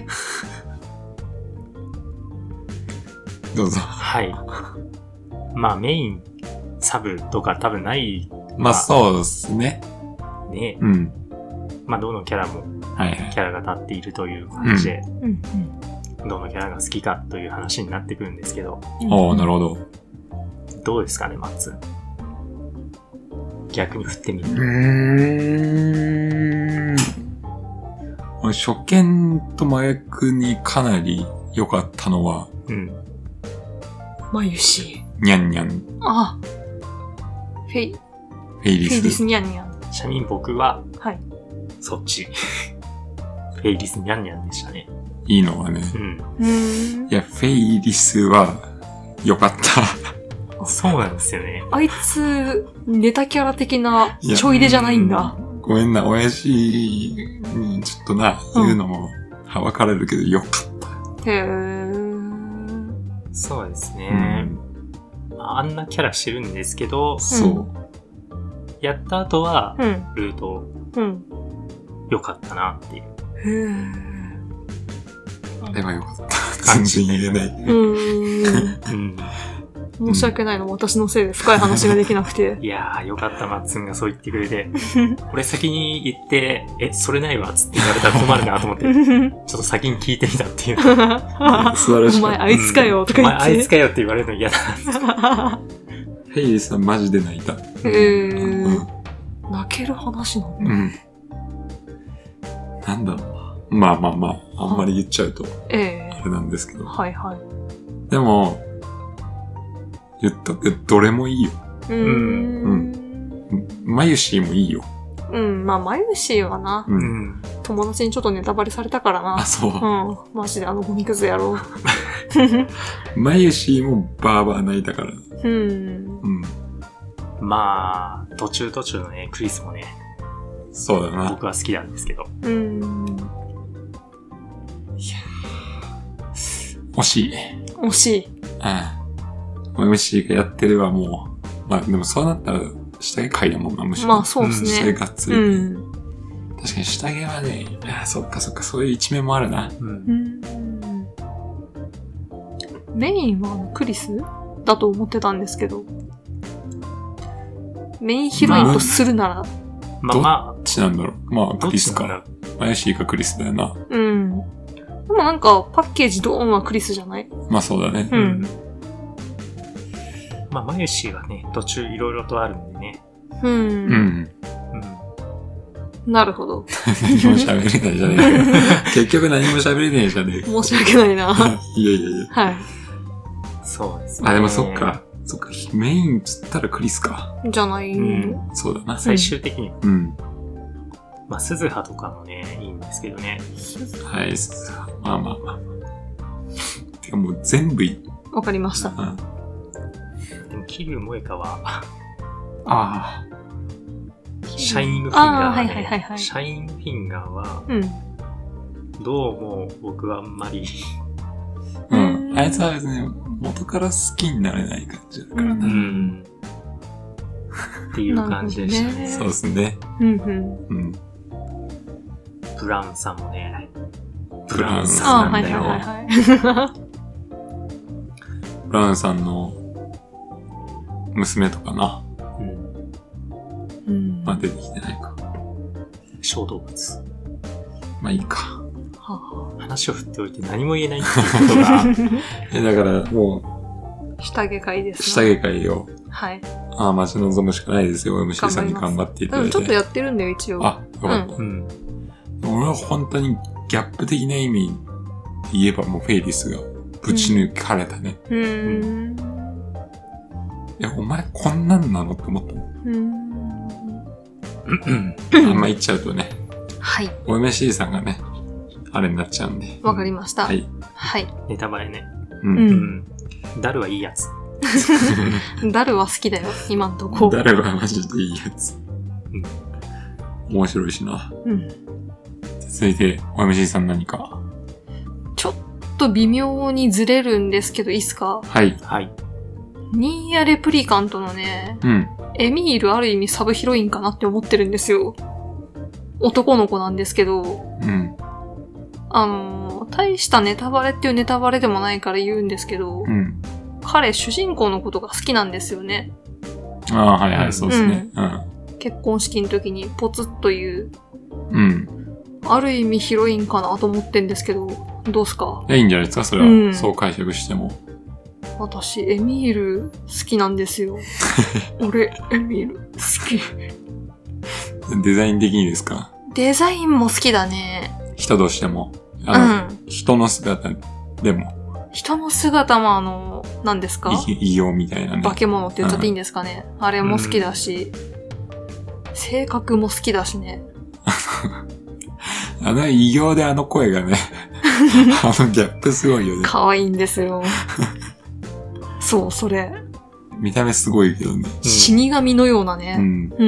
Speaker 1: どうぞ。
Speaker 3: はい。まあメイン、サブとか多分ない。
Speaker 1: まあそうですね。
Speaker 3: ね。まあどのキャラも、キャラが立っているという感じで、どのキャラが好きかという話になってくるんですけど。
Speaker 1: ああ、なるほど。
Speaker 3: どうですかね、マッツン。逆に振ってみる。
Speaker 1: 初見と真逆にかなり良かったのは、
Speaker 2: まゆし。
Speaker 1: にゃんにゃん。
Speaker 2: ああ。フェイリスにゃんにゃん。
Speaker 3: ちなみに僕は、
Speaker 2: はい。
Speaker 3: そっち。フェイリスにゃんにゃんでしたね。
Speaker 1: いいのはね。いや、フェイリスは良かった。
Speaker 3: そうなんですよね。
Speaker 2: あいつ、ネタキャラ的なちょい出じゃないんだ。
Speaker 1: ごめんな、親父にちょっとな、言うのもはばかれるけど良かった。
Speaker 2: へー。
Speaker 3: そうですね。あんなキャラしてるんですけど、
Speaker 1: そう。
Speaker 3: やった後は、ルート、良かったなっていう。
Speaker 2: へー。
Speaker 1: あれは良かった。全然言えない。
Speaker 2: 申し訳ないの、私のせいで深い話ができなくて。
Speaker 3: いやー、よかった、マッツンがそう言ってくれて。俺先に言って、それないわ、つって言われたら困るなと思って、ちょっと先に聞いてみたっていう。
Speaker 1: 素晴らしい。
Speaker 2: お前あいつかよ、とか言って。
Speaker 3: お前あいつかよって言われるの嫌だ
Speaker 1: な。フェイリスはマジで泣いた。
Speaker 2: 泣ける話なんだ。
Speaker 1: なんだろうな。まあ、あんまり言っちゃうと、あれなんですけど。
Speaker 2: はいはい。
Speaker 1: でも、言っとくけど、どれもいいよ。マユシーもいいよ。
Speaker 2: まあ、マユシーはな、友達にちょっとネタバレされたからな。
Speaker 1: あ、そう。
Speaker 2: マジでゴミくずやろう。
Speaker 1: マユシーもバーバー泣いたから。
Speaker 3: まあ、途中のね、クリスもね。
Speaker 1: そうだな。
Speaker 3: 僕は好きなんですけど。いや
Speaker 1: 惜しい。
Speaker 2: 惜しい。
Speaker 1: MC がやってればもう、まあでもそうなったら下着買いだもんな、むしろ。
Speaker 2: まあそうですね。
Speaker 1: 下着がっつり。確かに下着はね、そっか、そういう一面もあるな。
Speaker 2: メインはクリスだと思ってたんですけど。メインヒロインとするなら。
Speaker 1: どっちなんだろう。まあクリスか。怪しいかクリスだよな。
Speaker 2: でもなんかパッケージドーンはクリスじゃない？
Speaker 1: まあそうだね。
Speaker 3: まあ、マユシーはね、途中いろいろとあるんでね。
Speaker 2: なるほど。
Speaker 1: 何も喋れないじゃねえか。結局何も喋れねえじゃねえか。
Speaker 2: 申し訳ないな。
Speaker 1: いや。
Speaker 2: はい。
Speaker 3: そうですね。
Speaker 1: でもそっか。メインつったらクリスか。
Speaker 2: じゃない。
Speaker 1: そうだな。
Speaker 3: 最終的に。まあ、鈴葉とかもね、いいんですけどね。
Speaker 1: はい、まあ。てかもう全部いい。
Speaker 2: わかりました。
Speaker 3: でも、桐生萌香は、シャインフィンガーね。シャインフィンガーは、どうも僕はあんまり。
Speaker 1: あいつは別に元から好きになれない感じだからな。
Speaker 3: っていう感じでしたね。
Speaker 1: そうですね。
Speaker 3: ブラウンさんもね。
Speaker 1: ブラウンさんなんだよ。ブラウンさんの娘とかな。まあ出てきてないか。
Speaker 3: 小動物。
Speaker 1: まあいいか。
Speaker 3: 話を振っておいて何も言えないっていうこと
Speaker 1: が。だからも
Speaker 2: う、下下界ですね。
Speaker 1: 下下界を。
Speaker 2: はい。
Speaker 1: 待ち望むしかないですよ、MC さんに頑張っていただいて。
Speaker 2: ちょっとやってるんだよ、一応。
Speaker 1: よかった。俺は本当にギャップ的な意味言えばもうフェイリスがぶち抜かれたね。いや、お前こんなんなのって思ったの。あんま言っちゃうとね。
Speaker 2: はい。
Speaker 1: OMC さんがね、あれになっちゃうんで。
Speaker 2: わかりました。
Speaker 1: はい。
Speaker 2: はい。
Speaker 3: ネタバレね。ダルはいいやつ。
Speaker 2: ダルは好きだよ、今んとこ。
Speaker 1: ダルはマジでいいやつ。面白いしな。続いて、OMC さん何か。
Speaker 2: ちょっと微妙にずれるんですけど、いいっすか？
Speaker 1: はい。
Speaker 3: はい。
Speaker 2: ニーヤ・レプリカントのね、エミールある意味サブヒロインかなって思ってるんですよ。男の子なんですけど、大したネタバレっていうネタバレでもないから言うんですけど、彼主人公のことが好きなんですよね。
Speaker 1: はいはい、そうですね。
Speaker 2: 結婚式の時にポツッと言う。ある意味ヒロインかなと思ってんですけど、どうすか？
Speaker 1: いいんじゃないですか、それは。そう解釈しても。
Speaker 2: 私、エミール好きなんですよ。俺、エミール好き。
Speaker 1: デザイン的にですか？
Speaker 2: デザインも好きだね。
Speaker 1: 人としても。人の姿でも。
Speaker 2: 人の姿も何ですか？
Speaker 1: 異様みたいなね。
Speaker 2: 化け物って言っちゃっていいんですかね。あれも好きだし、性格も好きだしね。
Speaker 1: 異様で声がね、ギャップすごいよね。
Speaker 2: 可愛いんですよ。そう、それ。
Speaker 1: 見た目すごいけどね。
Speaker 2: 死神のようなね。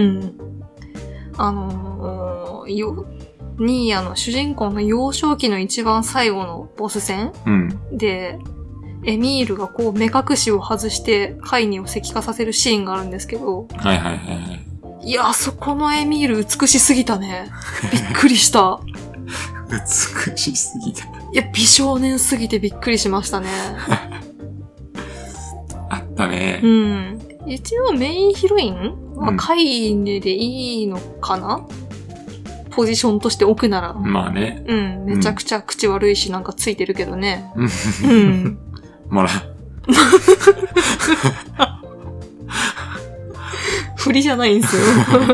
Speaker 2: ニーヤの主人公の幼少期の一番最後のボス戦、で、エミールがこう目隠しを外してカイネを石化させるシーンがあるんですけど、いや、そこのエミール美しすぎたね。びっくりした。
Speaker 1: 美しすぎた。
Speaker 2: いや、美少年すぎてびっくりしましたね。
Speaker 1: あったね。
Speaker 2: 一応メインヒロインはカイネでいいのかな？ポジションとして置くなら。
Speaker 1: まあね。
Speaker 2: めちゃくちゃ口悪いしなんかついてるけどね。
Speaker 1: もら。
Speaker 2: 振りじゃないんですよ。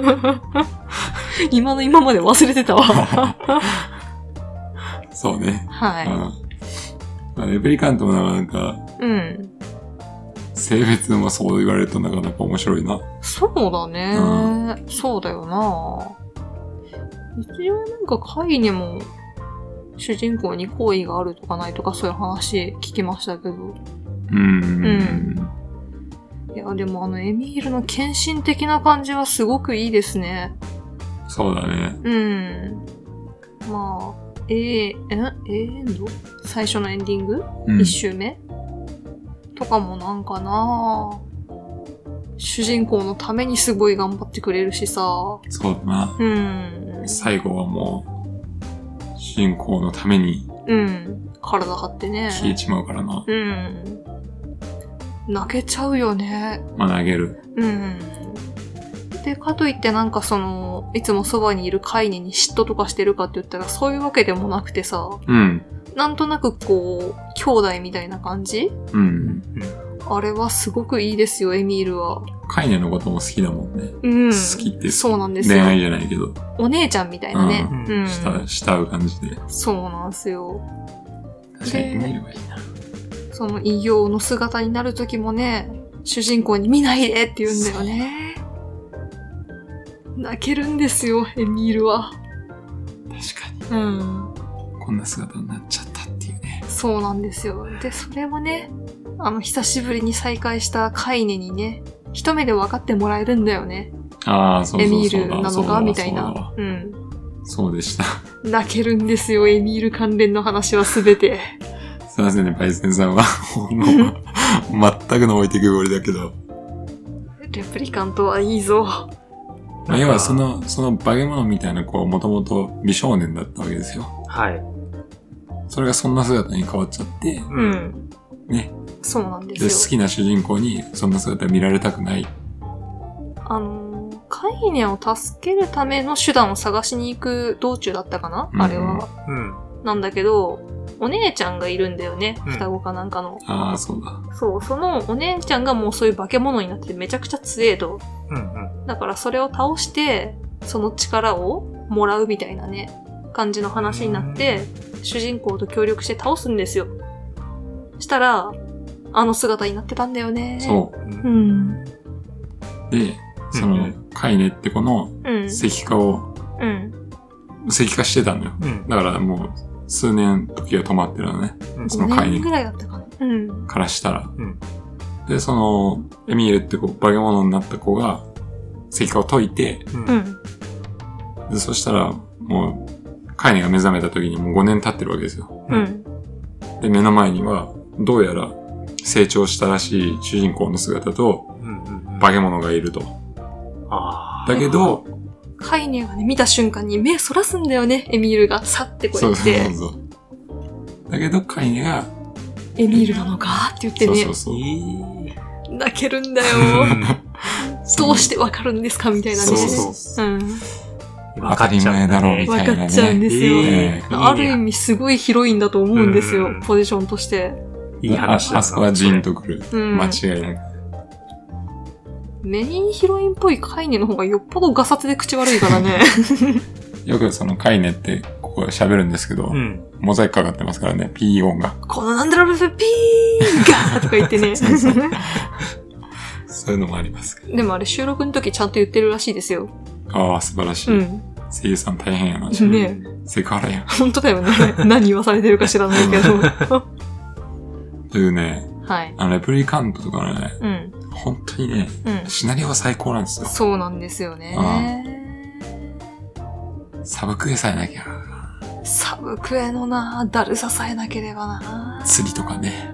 Speaker 2: 今まで忘れてたわ。
Speaker 1: そうね。
Speaker 2: はい。
Speaker 1: レプリカントもなんか、性別もそう言われるとなかなか面白いな。
Speaker 2: そうだね。そうだよな。一応なんか会にも主人公に好意があるとかないとかそういう話聞きましたけど。いや、でもエミールの献身的な感じはすごくいいですね。
Speaker 1: そうだね。
Speaker 2: まあ、エンド？最初のエンディング？ 1 周目とかもなんかな主人公のためにすごい頑張ってくれるしさ。
Speaker 1: そうだな。最後はもう、主人公のために。
Speaker 2: 体張ってね。
Speaker 1: 消えちまうからな。
Speaker 2: 泣けちゃうよね。
Speaker 1: 泣ける。
Speaker 2: で、かといってなんかいつもそばにいるカイネに嫉妬とかしてるかって言ったらそういうわけでもなくてさ。なんとなくこう、兄弟みたいな感じ？あれはすごくいいですよ、エミールは。
Speaker 1: カイネのことも好きだもんね。好きって。
Speaker 2: そうなんですよ。
Speaker 1: 恋愛じゃないけど。
Speaker 2: お姉ちゃんみたいなね。
Speaker 1: 慕う感じで。
Speaker 2: そうなんですよ。
Speaker 1: 確かにエミールはいいな。
Speaker 2: その異形の姿になるときもね、主人公に見ないでって言うんだよね。泣けるんですよ、エミールは。
Speaker 1: 確かに。こんな姿になっちゃったっていうね。
Speaker 2: そうなんですよ。で、それもね、久しぶりに再会したカイネにね、一目で分かってもらえるんだよね。
Speaker 1: そう
Speaker 2: エミールなのかみたいな。
Speaker 1: そうでした。
Speaker 2: 泣けるんですよ、エミール関連の話はすべて。
Speaker 1: すいませんね、パイセンさんは。全くの置いてくぼりだけど。
Speaker 2: レプリカントはいいぞ。
Speaker 1: 要はその化け物みたいな子はもともと美少年だったわけですよ。
Speaker 3: はい。
Speaker 1: それがそんな姿に変わっちゃって、ね。
Speaker 2: そうなんですよ。
Speaker 1: で、好きな主人公にそんな姿見られたくない。
Speaker 2: カイネを助けるための手段を探しに行く道中だったかな、あれは。 なんだけど、お姉ちゃんがいるんだよね。双子かなんかの。
Speaker 1: ああ、そうだ。
Speaker 2: そう、そのお姉ちゃんがもうそういう化け物になってめちゃくちゃ強えと。だからそれを倒して、その力をもらうみたいなね、感じの話になって、主人公と協力して倒すんですよ。したら、あの姿になってたんだよね。
Speaker 1: そう。で、その、カイネって子の石化を、石化してたんだよ。だからもう、数年時が止まってるのね。そのカイネ
Speaker 2: ぐらいだったかな。
Speaker 1: からしたら。で、その、エミールって子、化け物になった子が、石化を解いて、で、そしたら、もう、カイネが目覚めた時にもう5年経ってるわけですよ。で、目の前には、どうやら成長したらしい主人公の姿と、化け物がいると。だけど、
Speaker 2: カイネがね、見た瞬間に目そらすんだよね、エミールが。さってこうやって。
Speaker 1: そう。だけど、カイネが、
Speaker 2: エミールなのかって言ってね。泣けるんだよ。どうしてわかるんですかみたいなね。
Speaker 1: 当たり前だろうみたいなね。
Speaker 2: わかっちゃうんですよ。ある意味すごいヒロインだと思うんですよ、ポジションとして。
Speaker 3: いい話だ。
Speaker 1: あそこはジーンとくる。間違いなく。
Speaker 2: メインヒロインっぽいカイネの方がよっぽどガサツで口悪いからね。
Speaker 1: よくそのカイネってここ喋るんですけど、モザイクかかってますからね、ピー音が。
Speaker 2: このなんだろう、ピーガーとか言ってね。
Speaker 1: そういうのもありますけど。
Speaker 2: でもあれ収録の時ちゃんと言ってるらしいですよ。
Speaker 1: ああ、素晴らしい。声優さん大変やな。
Speaker 2: ね
Speaker 1: セクハラやん。
Speaker 2: 本当だよね。何言わされてるか知らないけど。
Speaker 1: というね、レプリカントとか
Speaker 2: ね、
Speaker 1: 本当にね、シナリオは最高なんですよ。
Speaker 2: そうなんですよね。
Speaker 1: サブクエさえなきゃ。
Speaker 2: サブクエのな、だるささえなければな。
Speaker 1: 釣りとかね。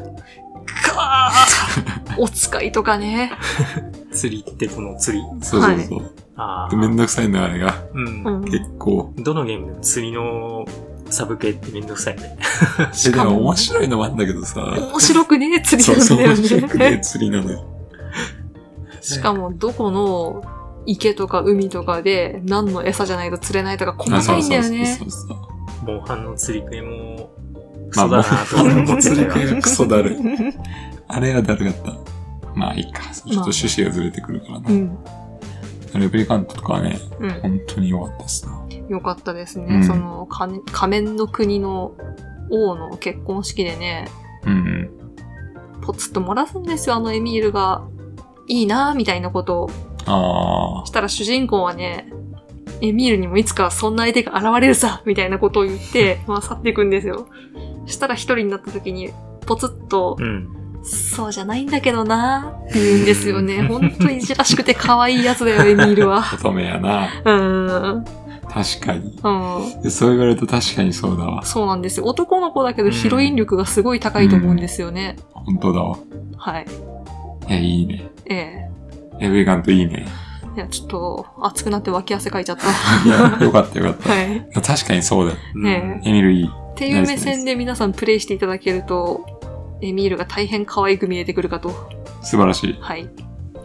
Speaker 2: お使いとかね。
Speaker 3: 釣りってこの釣り。
Speaker 1: そう。でめんどくさいんだよ、あれが。結構。
Speaker 3: どのゲームでも釣りのサブクエってめんどくさいね。
Speaker 1: でも面白いのもあるんだけどさ。
Speaker 2: 面白くねえ釣りなんだよね。
Speaker 1: 面白くねえ釣りなのよ。
Speaker 2: しかもどこの池とか海とかで何の餌じゃないと釣れないとか細かいんだよね。
Speaker 3: モンハンの釣りクエもクソだなと思って
Speaker 1: 釣りクエクソだる。あれはだるかった。まあいいか。ちょっと趣旨がずれてくるからな。レプリカントとかはね、本当に良かったですな。
Speaker 2: 良かったですね。その仮面の国の王の結婚式でね、ポツッと漏らすんですよ、あのエミールが。いいなぁ、みたいなことを。したら主人公はね、エミールにもいつかそんな相手が現れるさ、みたいなことを言って、去っていくんですよ。したら一人になった時に、ポツッと、そうじゃないんだけどなーって言うんですよね。ほんといじらしくて可愛いやつだよ、エミールは。
Speaker 1: 乙女やな。確かに。そう言われると確かにそうだわ。
Speaker 2: そうなんですよ。男の子だけどヒロイン力がすごい高いと思うんですよね。
Speaker 1: 本当だわ。
Speaker 2: はい。
Speaker 1: いいね。エブリガントいいね。
Speaker 2: いや、ちょっと、熱くなって脇汗かいちゃった。
Speaker 1: いや、よかったよかった。確かにそうだよ。エミールいい。
Speaker 2: っていう目線で皆さんプレイしていただけると、エミールが大変可愛く見えてくるかと。
Speaker 1: 素晴らしい。
Speaker 2: はい。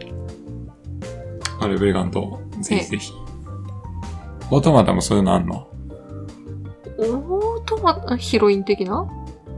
Speaker 1: エブリガント、ぜひぜひ。オートマタもそういうのあんの？
Speaker 2: オートマタ、ヒロイン的な？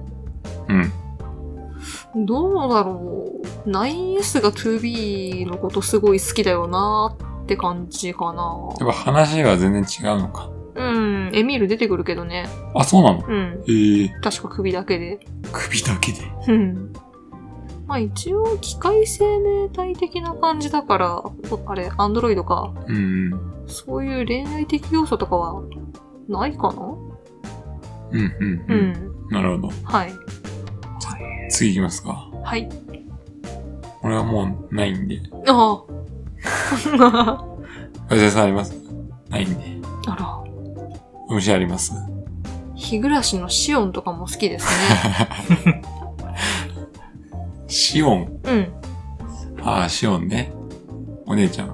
Speaker 2: どうだろう。9S が 2B のことすごい好きだよなーって感じかな。
Speaker 1: やっぱ話が全然違うのか。
Speaker 2: エミール出てくるけどね。
Speaker 1: あ、そうなの？
Speaker 2: 確か首だけで。
Speaker 1: 首だけで？
Speaker 2: まあ一応機械生命体的な感じだから、あれ、アンドロイドか。そういう恋愛的要素とかはないかな？
Speaker 1: なるほど。
Speaker 2: はい。
Speaker 1: 次行きますか。
Speaker 2: はい。
Speaker 1: 俺はもうないんで。
Speaker 2: あ
Speaker 1: あ。藤井さんあります？ないんで。
Speaker 2: あら。
Speaker 1: 虫あります？
Speaker 2: 日暮らしのシオンとかも好きですね。
Speaker 1: シオン？ああ、シオンね。お姉ちゃん。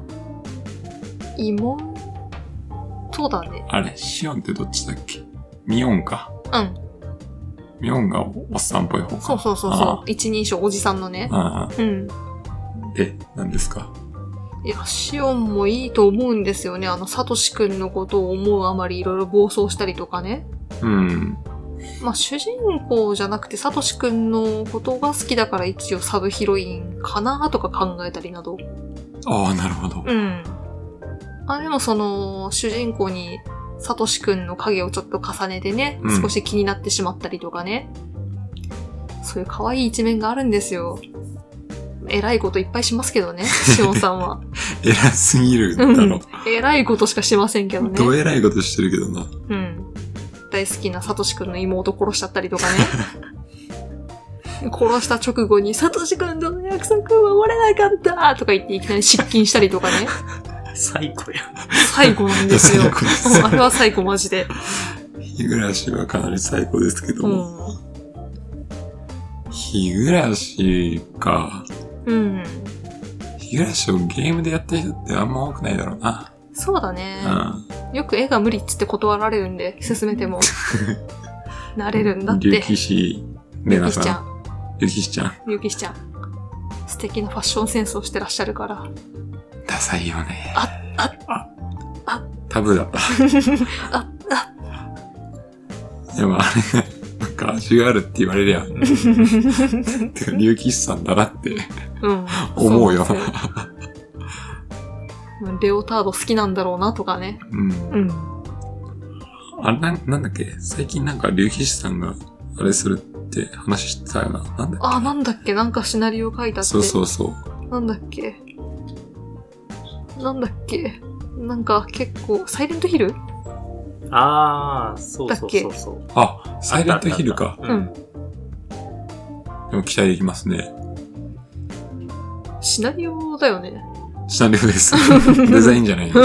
Speaker 2: 妹だね。
Speaker 1: あれ、シオンってどっちだっけ？ミオンか。ミオンがおっさんっぽい方か。
Speaker 2: そう。一人称おじさんのね。
Speaker 1: で、何ですか？
Speaker 2: いや、シオンもいいと思うんですよね。サトシくんのことを思うあまりいろいろ暴走したりとかね。 まあ主人公じゃなくてサトシくんのことが好きだから一応サブヒロインかなとか考えたりなど。
Speaker 1: ああ、なるほど。
Speaker 2: うん。でもその、主人公にサトシくんの影をちょっと重ねてね、少し気になってしまったりとかね。そういう可愛い一面があるんですよ。偉いこといっぱいしますけどね、シオンさんは。
Speaker 1: 偉すぎるだろ。
Speaker 2: 偉いことしかしませんけどね。
Speaker 1: ど偉いことしてるけどな。
Speaker 2: うん。大好きなサトシくんの妹殺しちゃったりとかね。殺した直後に、サトシくんとの約束守れなかったとか言っていきなり失禁したりとかね。
Speaker 3: 最高や。
Speaker 2: 最高なんですよ。あれは最高マジで。
Speaker 1: 日暮らしはかなり最高ですけども。日暮らしか。
Speaker 2: うん。
Speaker 3: 日
Speaker 1: 暮らしをゲームでやった人ってあんま多くないだろうな。
Speaker 2: そうだね。よく絵が無理っつって断られるんで、進めても。なれるんだって。
Speaker 1: 竜騎士、レナさん。
Speaker 2: 竜騎士ちゃん。竜騎士ちゃん。素敵なファッションセンスをしてらっしゃるから。
Speaker 1: ダサいよね。タブーだった。でもあれ、なんか味があるって言われりゃ。てか、竜騎士さんだなって、思うよ。
Speaker 2: レオタード好きなんだろうなとかね。
Speaker 1: あれなんだっけ最近なんか竜騎士さんがあれするって話してたよな。なんだっけ
Speaker 2: なんだっけなんかシナリオ書いたって。
Speaker 1: そう。
Speaker 2: なんだっけなんか結構、サイレントヒル
Speaker 3: そう。
Speaker 1: サイレントヒルか。
Speaker 2: うん。
Speaker 1: でも期待できますね。
Speaker 2: シナリオだよね。
Speaker 1: シナリオです。デザインじゃないです。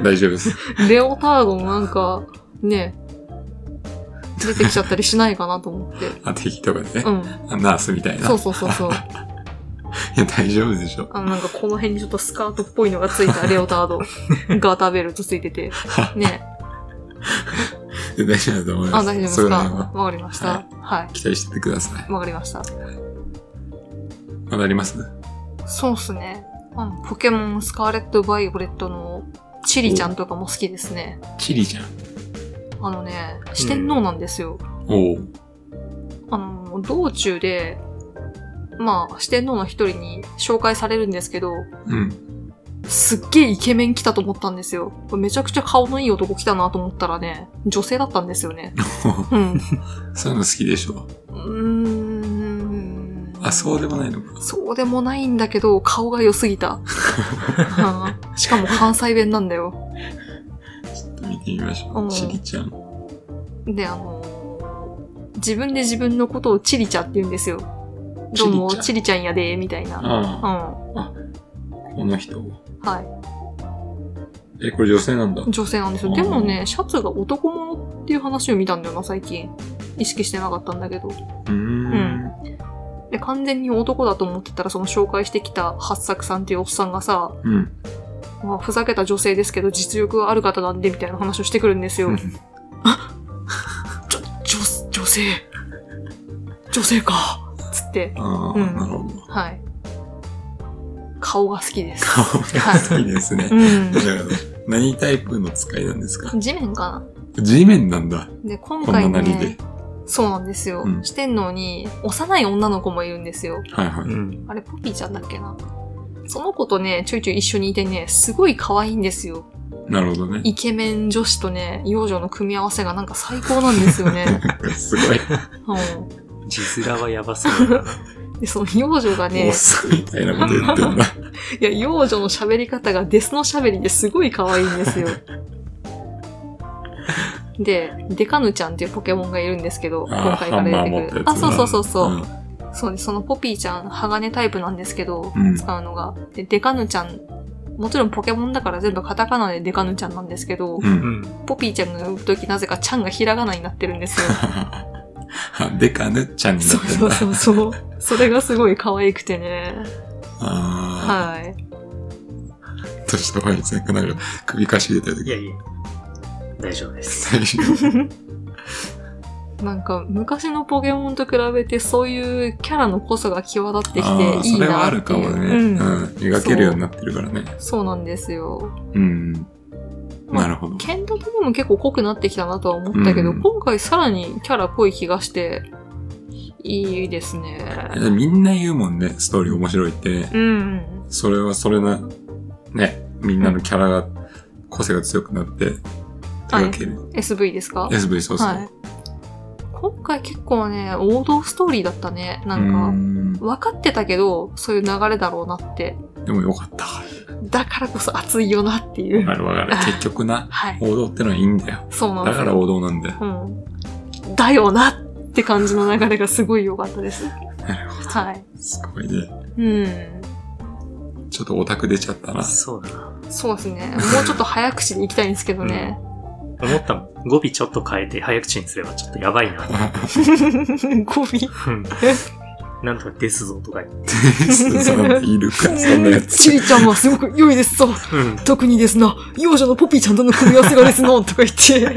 Speaker 1: 大丈夫です。
Speaker 2: レオタードもなんか、ね、出てきちゃったりしないかなと思って。
Speaker 1: 敵とかね。ナースみたいな。
Speaker 2: そう。
Speaker 1: いや、大丈夫でしょ。
Speaker 2: なんかこの辺にちょっとスカートっぽいのがついたレオタード。ガーターベルトついてて。ね。
Speaker 1: 大丈夫だと思います。
Speaker 2: 大丈夫ですか。わかりました。はい。
Speaker 1: 期待しててください。
Speaker 2: わかりました。
Speaker 1: まだあります？
Speaker 2: そうっすね。ポケモンスカーレット・バイオレットのチリちゃんとかも好きですね。
Speaker 1: チリちゃん？
Speaker 2: 四天王なんですよ。道中で、四天王の一人に紹介されるんですけど、すっげえイケメン来たと思ったんですよ。めちゃくちゃ顔のいい男来たなと思ったらね、女性だったんですよね。
Speaker 1: そういうの好きでしょ。そうでもないのか。
Speaker 2: そうでもないんだけど、顔が良すぎた。しかも関西弁なんだよ。
Speaker 1: ちょっと見てみましょう。チリちゃん。
Speaker 2: で、自分で自分のことをチリちゃんって言うんですよ。どうも、チリちゃんやで、みたいな。
Speaker 1: この人。
Speaker 2: はい。
Speaker 1: これ女性なんだ。
Speaker 2: 女性なんですよ。でもね、シャツが男物っていう話を見たんだよな、最近。意識してなかったんだけど。で、完全に男だと思ってたら、その紹介してきた八作さんっていうおっさんがさ、ふざけた女性ですけど、実力がある方なんで、みたいな話をしてくるんですよ。女性か。つって。
Speaker 1: なるほど。
Speaker 2: はい。顔が好きです。
Speaker 1: 顔が好きですね。何タイプの使いなんですか？
Speaker 2: 地面か
Speaker 1: な？地面なんだ。
Speaker 2: で、今回ね、そうなんですよ。四天王に幼い女の子もいるんですよ。あれ、ポピーちゃんだっけな。その子とね、ちょいちょい一緒にいてね、すごい可愛いんですよ。
Speaker 1: なるほどね。
Speaker 2: イケメン女子とね、幼女の組み合わせがなんか最高なんですよね。
Speaker 1: すごい。
Speaker 3: 字面はやばそうだな。
Speaker 2: で、その幼女がね、
Speaker 1: オスみたいなこと言ってんだ。
Speaker 2: いや、幼女の喋り方がデスの喋りですごい可愛いんですよ。で、デカヌちゃんっていうポケモンがいるんですけど、今回から出てくる。そうです。そのポピーちゃん、鋼タイプなんですけど、使うのが。で、デカヌちゃん、もちろんポケモンだから全部カタカナでデカヌちゃんなんですけど、ポピーちゃんが呼ぶときなぜかちゃんがひらがなになってるんですよ。
Speaker 1: デカヌちゃんになってるんだ。
Speaker 2: そう。それがすごい可愛くてね。
Speaker 1: はい。どうした場合ですね。なんか首かしげた時。
Speaker 3: いや。大丈夫です。
Speaker 2: なんか、昔のポケモンと比べてそういうキャラの濃さが際立ってきていいなっていう。
Speaker 1: それはあるかもね。描けるようになってるからね。
Speaker 2: そうなんですよ。
Speaker 1: なるほど。
Speaker 2: ケンタとも結構濃くなってきたなとは思ったけど、今回さらにキャラ濃い気がして、いいですね。
Speaker 1: みんな言うもんね、ストーリー面白いって。それはそれな、ね、みんなのキャラが、個性が強くなって、手掛ける。
Speaker 2: SV ですか？
Speaker 1: SV そうそう。はい。
Speaker 2: 今回結構ね、王道ストーリーだったね。なんか、分かってたけど、そういう流れだろうなって。
Speaker 1: でもよかった。
Speaker 2: だからこそ熱いよなっていう。
Speaker 1: わかる。結局な、はい、王道ってのはいいんだよ。
Speaker 2: そうなんですよ。
Speaker 1: だから王道なんだよ。
Speaker 2: だよなって感じの流れがすごい良かったです。
Speaker 1: なるほど。
Speaker 2: はい。
Speaker 1: すごいね。ちょっとオタク出ちゃったな。
Speaker 3: そうだな。
Speaker 2: そうですね。もうちょっと早口で行きたいんですけどね。
Speaker 3: 思ったもん。語尾ちょっと変えて早口にすればちょっとやばいな。
Speaker 2: 語尾
Speaker 3: なんとかですぞとか言って。
Speaker 1: ですぞいるか、そんなやつ。
Speaker 2: チリちゃんはすごく良いですと。特にですな、幼女のポピーちゃんとの組み合わせがですの、とか言って。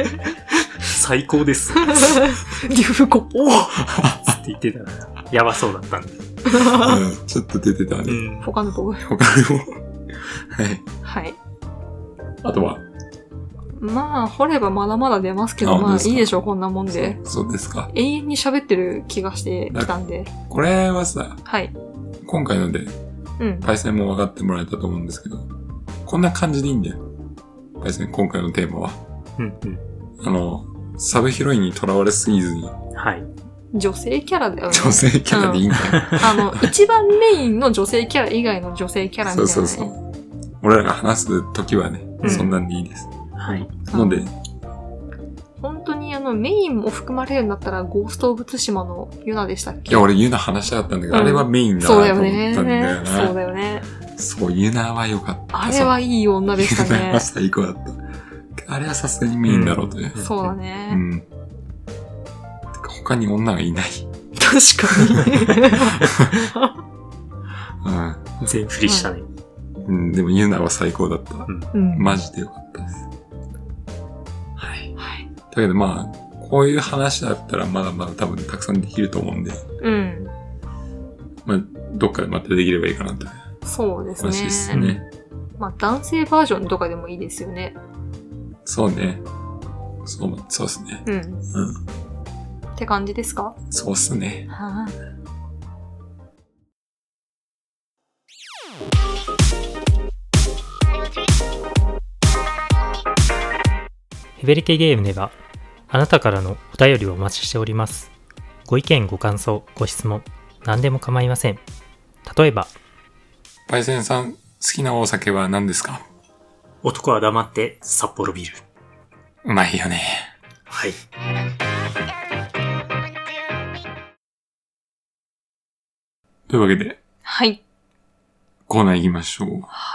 Speaker 3: 最高です。
Speaker 2: リフコ、おぉ
Speaker 3: って言ってたら、やばそうだったんで。
Speaker 1: ちょっと出てたね。
Speaker 2: 他の子が。
Speaker 1: 他の子。はい。
Speaker 2: はい。
Speaker 1: あとは
Speaker 2: まあ、掘ればまだまだ出ますけど、まあいいでしょう、こんなもんで。
Speaker 1: そうですか。
Speaker 2: 永遠に喋ってる気がしてきたんで。
Speaker 1: これはさ、
Speaker 2: はい。
Speaker 1: 今回ので、パイセンも分かってもらえたと思うんですけど、こんな感じでいいんだよ。パイセン、今回のテーマは。サブヒロインに囚われすぎずに。
Speaker 3: はい。
Speaker 2: 女性キャラだよね。
Speaker 1: 女性キャラでいいんだよ。
Speaker 2: 一番メインの女性キャラ以外の女性キャラみたいな、ね。そう。
Speaker 1: 俺らが話すときはね、そんなんでいいです。
Speaker 3: はい。
Speaker 1: ので、
Speaker 2: 本当にメインも含まれるんだったら、ゴースト・オブ・ツシマのユナでしたっけ？
Speaker 1: いや、俺ユナ話したかったんだけど、あれはメインだなと思ったんだよな。
Speaker 2: そうだよね。
Speaker 1: そう、ユナは良かった。
Speaker 2: あれはいい女でしたね。
Speaker 1: ユナは最高だった。あれはさすがにメインだろうという。
Speaker 2: そうだね。
Speaker 1: てか他に女がいない。
Speaker 2: 確か
Speaker 3: に。全振りしたね。
Speaker 1: でもユナは最高だった。マジでよかったです。はい。だけどまあ、こういう話だったらまだまだ多分たくさんできると思うんで。まあ、どっかでまたできればいいかなと。
Speaker 2: そうですね。
Speaker 1: 話ですね。
Speaker 2: まあ、男性バージョンとかでもいいですよね。
Speaker 1: そうね。そうですね。
Speaker 2: って感じですか？
Speaker 1: そうっすね。
Speaker 3: ヘベレケゲームではあなたからのお便りをお待ちしております。ご意見、ご感想、ご質問、何でも構いません。例えば、
Speaker 1: パイセンさん、好きなお酒は何ですか？
Speaker 3: 男は黙って札幌ビール。
Speaker 1: うまいよね。
Speaker 3: はい。
Speaker 1: というわけで、
Speaker 2: はい。
Speaker 1: コーナー行きましょう。
Speaker 2: はい。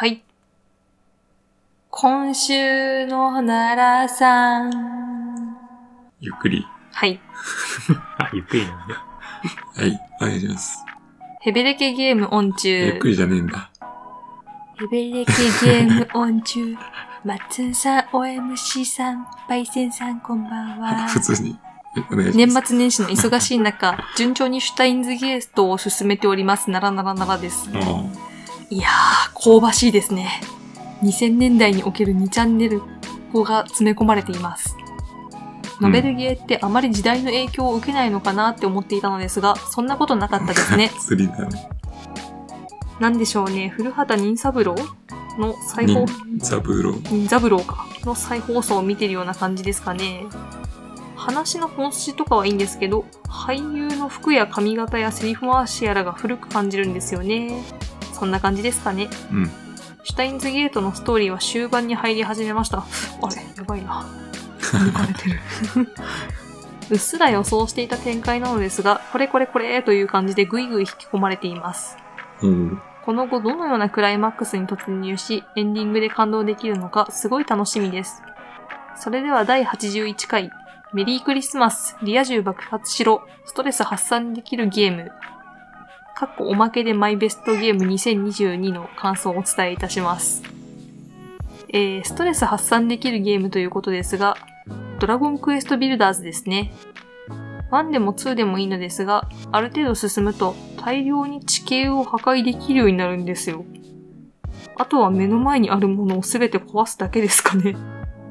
Speaker 2: 今週の奈良さん。
Speaker 1: ゆっくり。
Speaker 2: はい。
Speaker 3: ゆっくりなんで。
Speaker 1: はい、お願いします。
Speaker 2: ヘベレケゲームオン中。
Speaker 1: ゆっくりじゃねえんだ。
Speaker 2: ヘベレケゲームオン中。松ンさん、OMC さん、パイセンさん、こんばんは。
Speaker 1: 普通に。お願いします。
Speaker 2: 年末年始の忙しい中、順調にシュタインズゲートを進めております。奈良です。いやー、香ばしいですね。2000年代における2チャンネル語が詰め込まれています。ノベルゲーってあまり時代の影響を受けないのかなって思っていたのですが、そんなことなかったですね。
Speaker 1: 釣りだね。
Speaker 2: なんでしょうね、古畑任三郎の再放送。任三郎か。の再放送を見てるような感じですかね。話の本筋とかはいいんですけど、俳優の服や髪型やセリフ回しやらが古く感じるんですよね。そんな感じですかね。シュタインズゲートのストーリーは終盤に入り始めました。あれ、やばいな。抜かれてる。うっすら予想していた展開なのですが、これという感じでぐいぐい引き込まれています。この後どのようなクライマックスに突入し、エンディングで感動できるのかすごい楽しみです。それでは第81回、メリークリスマス、リア充爆発しろ、ストレス発散できるゲーム、おまけでマイベストゲーム2022の感想をお伝えいたします。ストレス発散できるゲームということですが、ドラゴンクエストビルダーズですね。1でも2でもいいのですが、ある程度進むと大量に地形を破壊できるようになるんですよ。あとは目の前にあるものをすべて壊すだけですかね。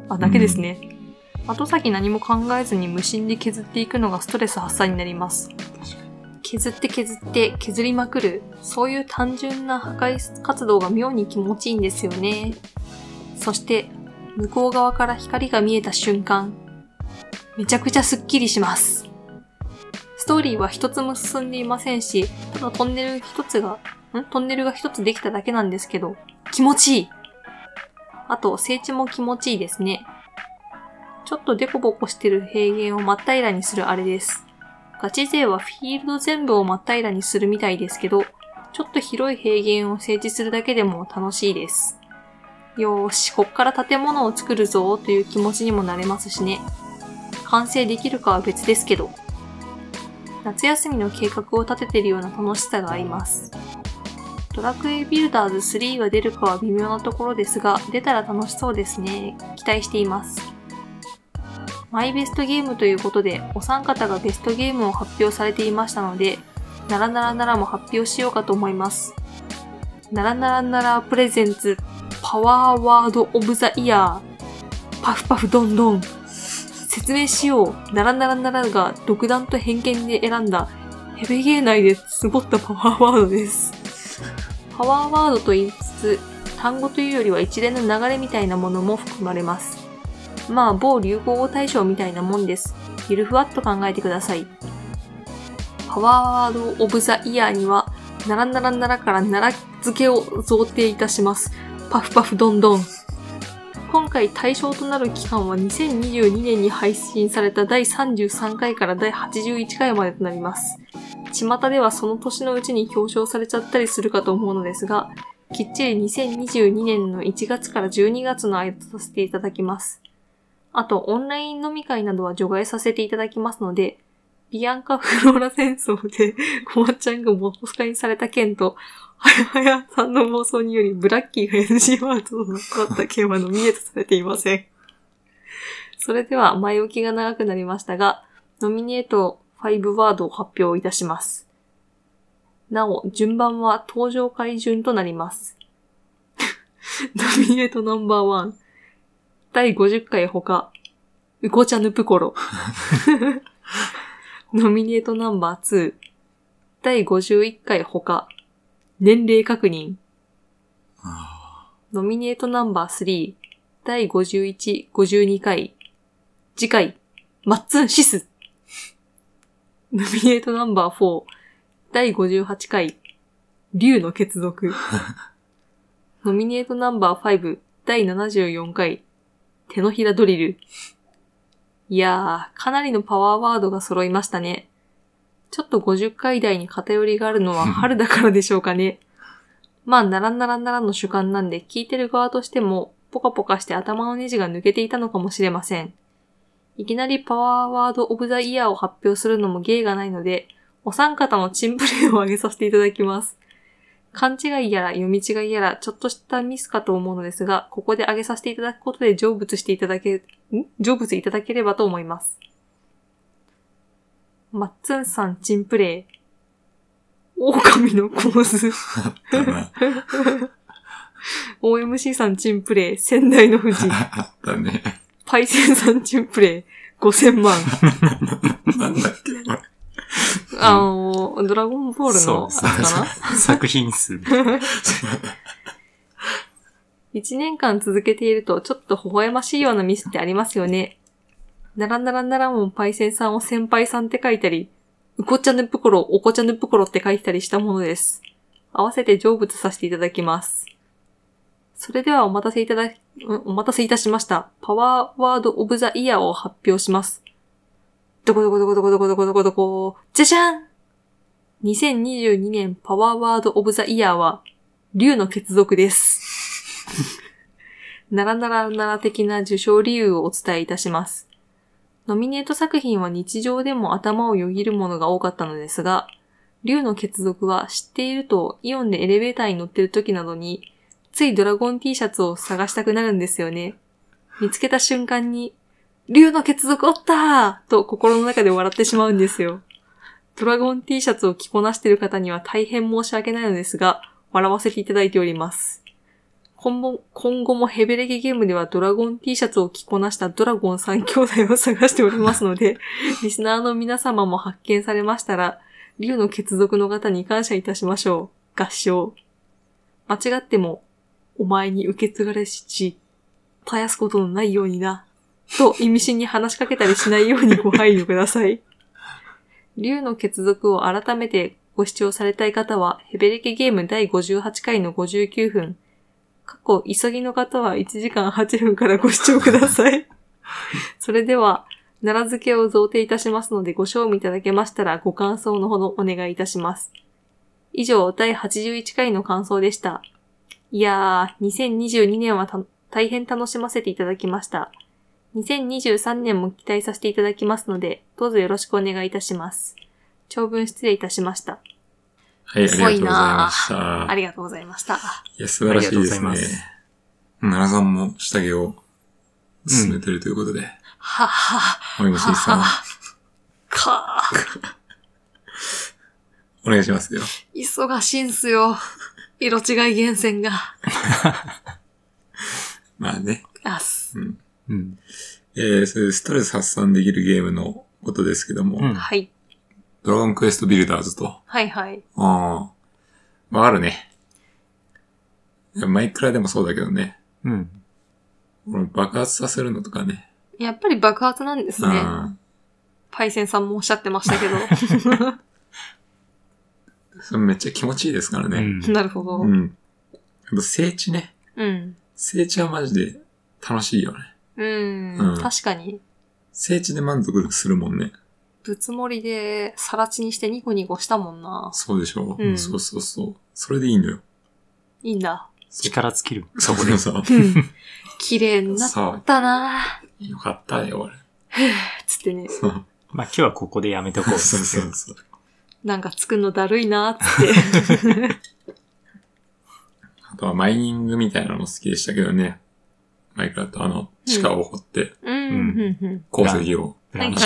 Speaker 2: だけですね。後先何も考えずに無心で削っていくのがストレス発散になります。削って削りまくる、そういう単純な破壊活動が妙に気持ちいいんですよね。そして、向こう側から光が見えた瞬間、めちゃくちゃスッキリします。ストーリーは一つも進んでいませんし、ただトンネルが一つできただけなんですけど、気持ちいい。あと、整地も気持ちいいですね。ちょっとデコボコしてる平原を真っ平らにするあれです。ガチ勢はフィールド全部を真っ平らにするみたいですけど、ちょっと広い平原を整地するだけでも楽しいです。よーし、こっから建物を作るぞという気持ちにもなれますしね。完成できるかは別ですけど。夏休みの計画を立てているような楽しさがあります。ドラクエビルダーズ3が出るかは微妙なところですが、出たら楽しそうですね。期待しています。マイベストゲームということで、お三方がベストゲームを発表されていましたので、ならならならも発表しようかと思います。ならならならプレゼンツ、パワーワードオブザイヤー、パフパフドンドン。説明しよう。ならならならが独断と偏見で選んだヘベゲー内でつぼったパワーワードです。パワーワードと言いつつ、単語というよりは一連の流れみたいなものも含まれます。まあ、某流行語大賞みたいなもんです。ゆるふわっと考えてください。パワーワードオブザイヤーには、ならならならからなら付けを贈呈いたします。パフパフドンドン。今回対象となる期間は2022年に配信された第33回から第81回までとなります。巷ではその年のうちに表彰されちゃったりするかと思うのですが、きっちり2022年の1月から12月の間とさせていただきます。あと、オンライン飲み会などは除外させていただきますので、ビアンカ・フローラ戦争でコマちゃんがボス化にされた件と、はやはやさんの妄想によりブラッキーが NG ワードとなった件はノミネートされていません。それでは前置きが長くなりましたが、ノミネート5ワードを発表いたします。なお、順番は登場回順となります。ノミネートナンバー1、第50回ほか、ウコチャヌプコロ。ノミネートナンバー2、第51回ほか、年齢確認。ノミネートナンバー3、第51、52回、次回、マッツンシス。ノミネートナンバー4、第58回、竜の血族。ノミネートナンバー5、第74回、手のひらドリル。いやー、かなりのパワーワードが揃いましたね。ちょっと50回台に偏りがあるのは春だからでしょうかね。まあ、ならならならの主観なんで、聞いてる側としても、ポカポカして頭のネジが抜けていたのかもしれません。いきなりパワーワードオブザイヤーを発表するのも芸がないので、お三方のチンプレーを挙げさせていただきます。勘違いやら読み違いやら、ちょっとしたミスかと思うのですが、ここで挙げさせていただくことで成仏いただければと思います。マッツンさんチンプレー。狼の構図。OMC さんチンプレー。仙台の富士。
Speaker 1: あったね。
Speaker 2: パイセンさんチンプレー。5000万。
Speaker 1: なんだっけ
Speaker 2: ドラゴンボールのかな
Speaker 3: 作品数。
Speaker 2: 1年間続けているとちょっと微笑ましいようなミスってありますよね。ならならならもパイセンさんを先輩さんって書いたり、うこちゃぬぷころ、おこちゃぬぷころって書いたりしたものです。合わせて成仏させていただきます。それではお待たせいたしました。パワーワードオブザイヤーを発表します。どこどこどこどこどこどこどこどこ、じゃじゃん !2022 年パワーワードオブザイヤーは、竜の血族です。ならならなら的な受賞理由をお伝えいたします。ノミネート作品は日常でも頭をよぎるものが多かったのですが、竜の血族は知っているとイオンでエレベーターに乗ってる時などに、ついドラゴン T シャツを探したくなるんですよね。見つけた瞬間に、竜の血族おったーと心の中で笑ってしまうんですよ。ドラゴン T シャツを着こなしている方には大変申し訳ないのですが、笑わせていただいております。 今後もヘベレケゲームではドラゴン T シャツを着こなしたドラゴン3兄弟を探しておりますので、リスナーの皆様も発見されましたら、竜の血族の方に感謝いたしましょう。合唱。間違っても、お前に受け継がれし、絶やすことのないようにな。と意味深に話しかけたりしないようにご配慮ください。竜の血族を改めてご視聴されたい方は、ヘベレケゲーム第58回の59分、急ぎの方は1時間8分からご視聴ください。それでは、奈良漬けを贈呈いたしますので、ご賞味いただけましたらご感想のほどお願いいたします。以上、第81回の感想でした。いやー、2022年は大変楽しませていただきました。2023年も期待させていただきますので、どうぞよろしくお願いいたします。長文失礼いたしました。
Speaker 1: はい、ありがとうございました。
Speaker 2: ありがとうございました。
Speaker 1: いや、素晴らしいですね。奈良さんも下着を進めてるということで。
Speaker 2: はは
Speaker 1: おいもしいさん。お願いしますよ。
Speaker 2: 忙しいんすよ。色違い厳選が。
Speaker 1: まあね。
Speaker 2: うん。
Speaker 1: それでストレス発散できるゲームのことですけども。
Speaker 2: はい。
Speaker 1: ドラゴンクエストビルダーズと。
Speaker 2: はいはい。
Speaker 1: わかるね。マイクラでもそうだけどね。爆発させるのとかね。
Speaker 2: やっぱり爆発なんですね。パイセンさんもおっしゃってましたけど。
Speaker 1: それめっちゃ気持ちいいですからね。
Speaker 2: なるほど。
Speaker 1: 聖地ね。聖地はマジで楽しいよね。
Speaker 2: 確かに。
Speaker 1: 聖地で満足するもんね。
Speaker 2: ぶつもりで、さら地にしてニコニコしたもんな。
Speaker 1: そうでしょ。そうそうそう。それでいいのよ。
Speaker 2: いいんだ。
Speaker 3: 力尽きる。
Speaker 1: そこでさ。
Speaker 2: 綺麗になったな。
Speaker 1: よかったよ、俺。
Speaker 2: つってね。
Speaker 3: まあ今日はここでやめとこう。
Speaker 1: そうそうそう。
Speaker 2: なんか作るのだるいな、つって。
Speaker 1: あとはマイニングみたいなのも好きでしたけどね。マイクラと地下を掘って、鉱石を。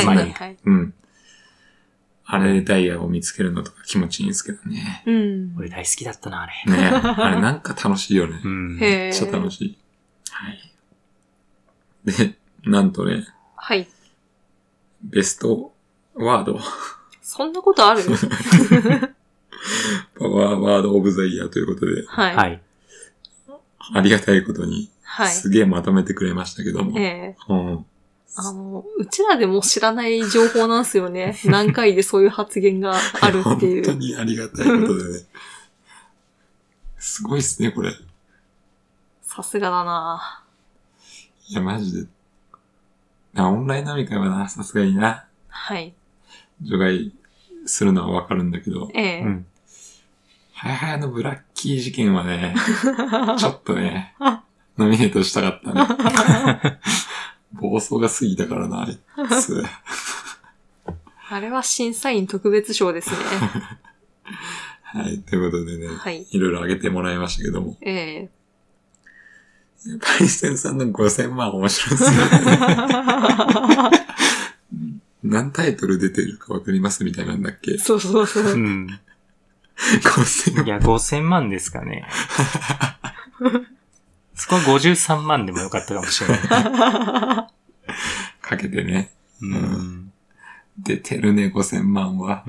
Speaker 1: あれでダイヤを見つけるのとか気持ちいいんですけどね。
Speaker 3: 俺大好きだったな、あれ。
Speaker 1: ねあれなんか楽しいよね。めっちゃ楽しい。はい。で、なんとね。
Speaker 2: はい。
Speaker 1: ベストワード。
Speaker 2: そんなことある
Speaker 1: パワーワードオブザイヤーということで。
Speaker 2: はい。
Speaker 1: ありがたいことに、すげえまとめてくれましたけども。
Speaker 2: うちらでも知らない情報なんですよね。何回でそういう発言があるっていう。
Speaker 1: 本当にありがたいことでね。すごいっすね、これ。
Speaker 2: さすがだな。
Speaker 1: いや、マジで。オンライン飲み会はな、さすがにな。
Speaker 2: はい。
Speaker 1: 除外するのはわかるんだけど。はやはやのブラッキー事件はね、ちょっとね、ノミネートしたかったね。暴走が過ぎたからな、あいつ。
Speaker 2: あれは審査員特別賞ですね。
Speaker 1: はい、ということでね、いろいろ挙げてもらいましたけども。パイセンさんの5000万面白いですね。何タイトル出てるかわかりますみたいなんだっけ？
Speaker 2: そうそうそう。
Speaker 3: 5000万。いや、5000万ですかね。そこは53万でもよかったかもしれない。
Speaker 1: かけてね。出てるね、5000万は。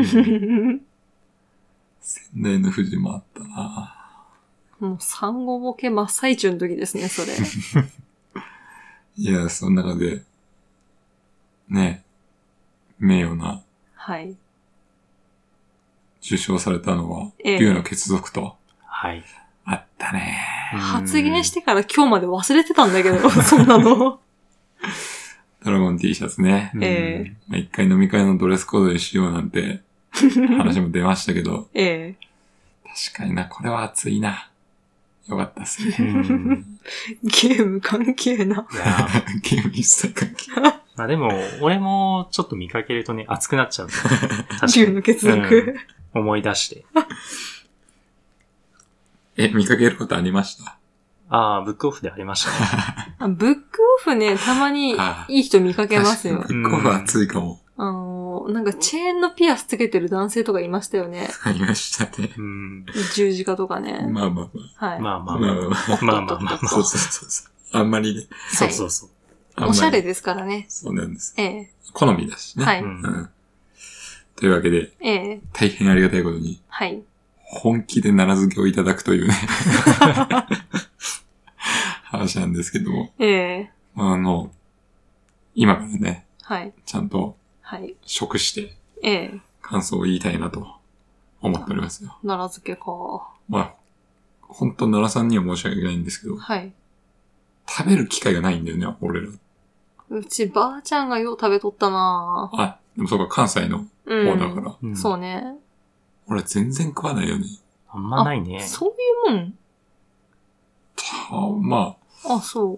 Speaker 1: 仙台の富士もあったな。
Speaker 2: もう産後ボケ真っ最中の時ですね、それ。
Speaker 1: いや、その中で、ね、名誉な。
Speaker 2: はい。
Speaker 1: 受賞されたのは、竜の血族と。
Speaker 3: はい。
Speaker 1: あったね。
Speaker 2: 発言してから今日まで忘れてたんだけど、そんなの。
Speaker 1: ドラゴン T シャツね。一回飲み会のドレスコードにしようなんて話も出ましたけど。確かにな、これは熱いな。よかったっすね。
Speaker 2: ゲーム関係な。
Speaker 3: いや
Speaker 1: ゲーム一切関係
Speaker 3: ない。まあでも、俺もちょっと見かけるとね、熱くなっちゃう。
Speaker 2: 竜の血族。
Speaker 3: 思い出して。
Speaker 1: 見かけることありました？
Speaker 3: ブックオフでありましたね。
Speaker 2: ブックオフね、たまにいい人見かけますよ。
Speaker 1: ブックオフ熱いかも。
Speaker 2: なんかチェーンのピアスつけてる男性とかいましたよね。
Speaker 1: いましたね。
Speaker 2: 十字架とかね。
Speaker 1: まあまあま
Speaker 2: あ。はい。
Speaker 3: まあまあまあまあまあまあ。
Speaker 1: そうそうそう。あんまりね。
Speaker 3: そうそうそう。
Speaker 2: おしゃれですからね。
Speaker 1: そうなんです。
Speaker 2: ええ。
Speaker 1: 好みだしね。
Speaker 2: はい。
Speaker 1: というわけで、大変ありがたいことに、はい。本気で奈良漬けをいただくというね、話なんですけども。今からね、はい。ちゃんと、はい。食して、感想を言いたいなと思っておりますよ。
Speaker 2: 奈良漬けか。
Speaker 1: まあ、本当奈良さんには申し訳ないんですけど、はい。食べる機会がないんだよね、俺ら。
Speaker 2: うちばあちゃんがよう食べとったなぁ。
Speaker 1: あ、でもそうか、関西の方だから。
Speaker 2: そうね。
Speaker 1: 俺全然食わないよね。
Speaker 3: あんまないね。
Speaker 2: そういうもん？
Speaker 1: ま
Speaker 2: あ。あ、そう。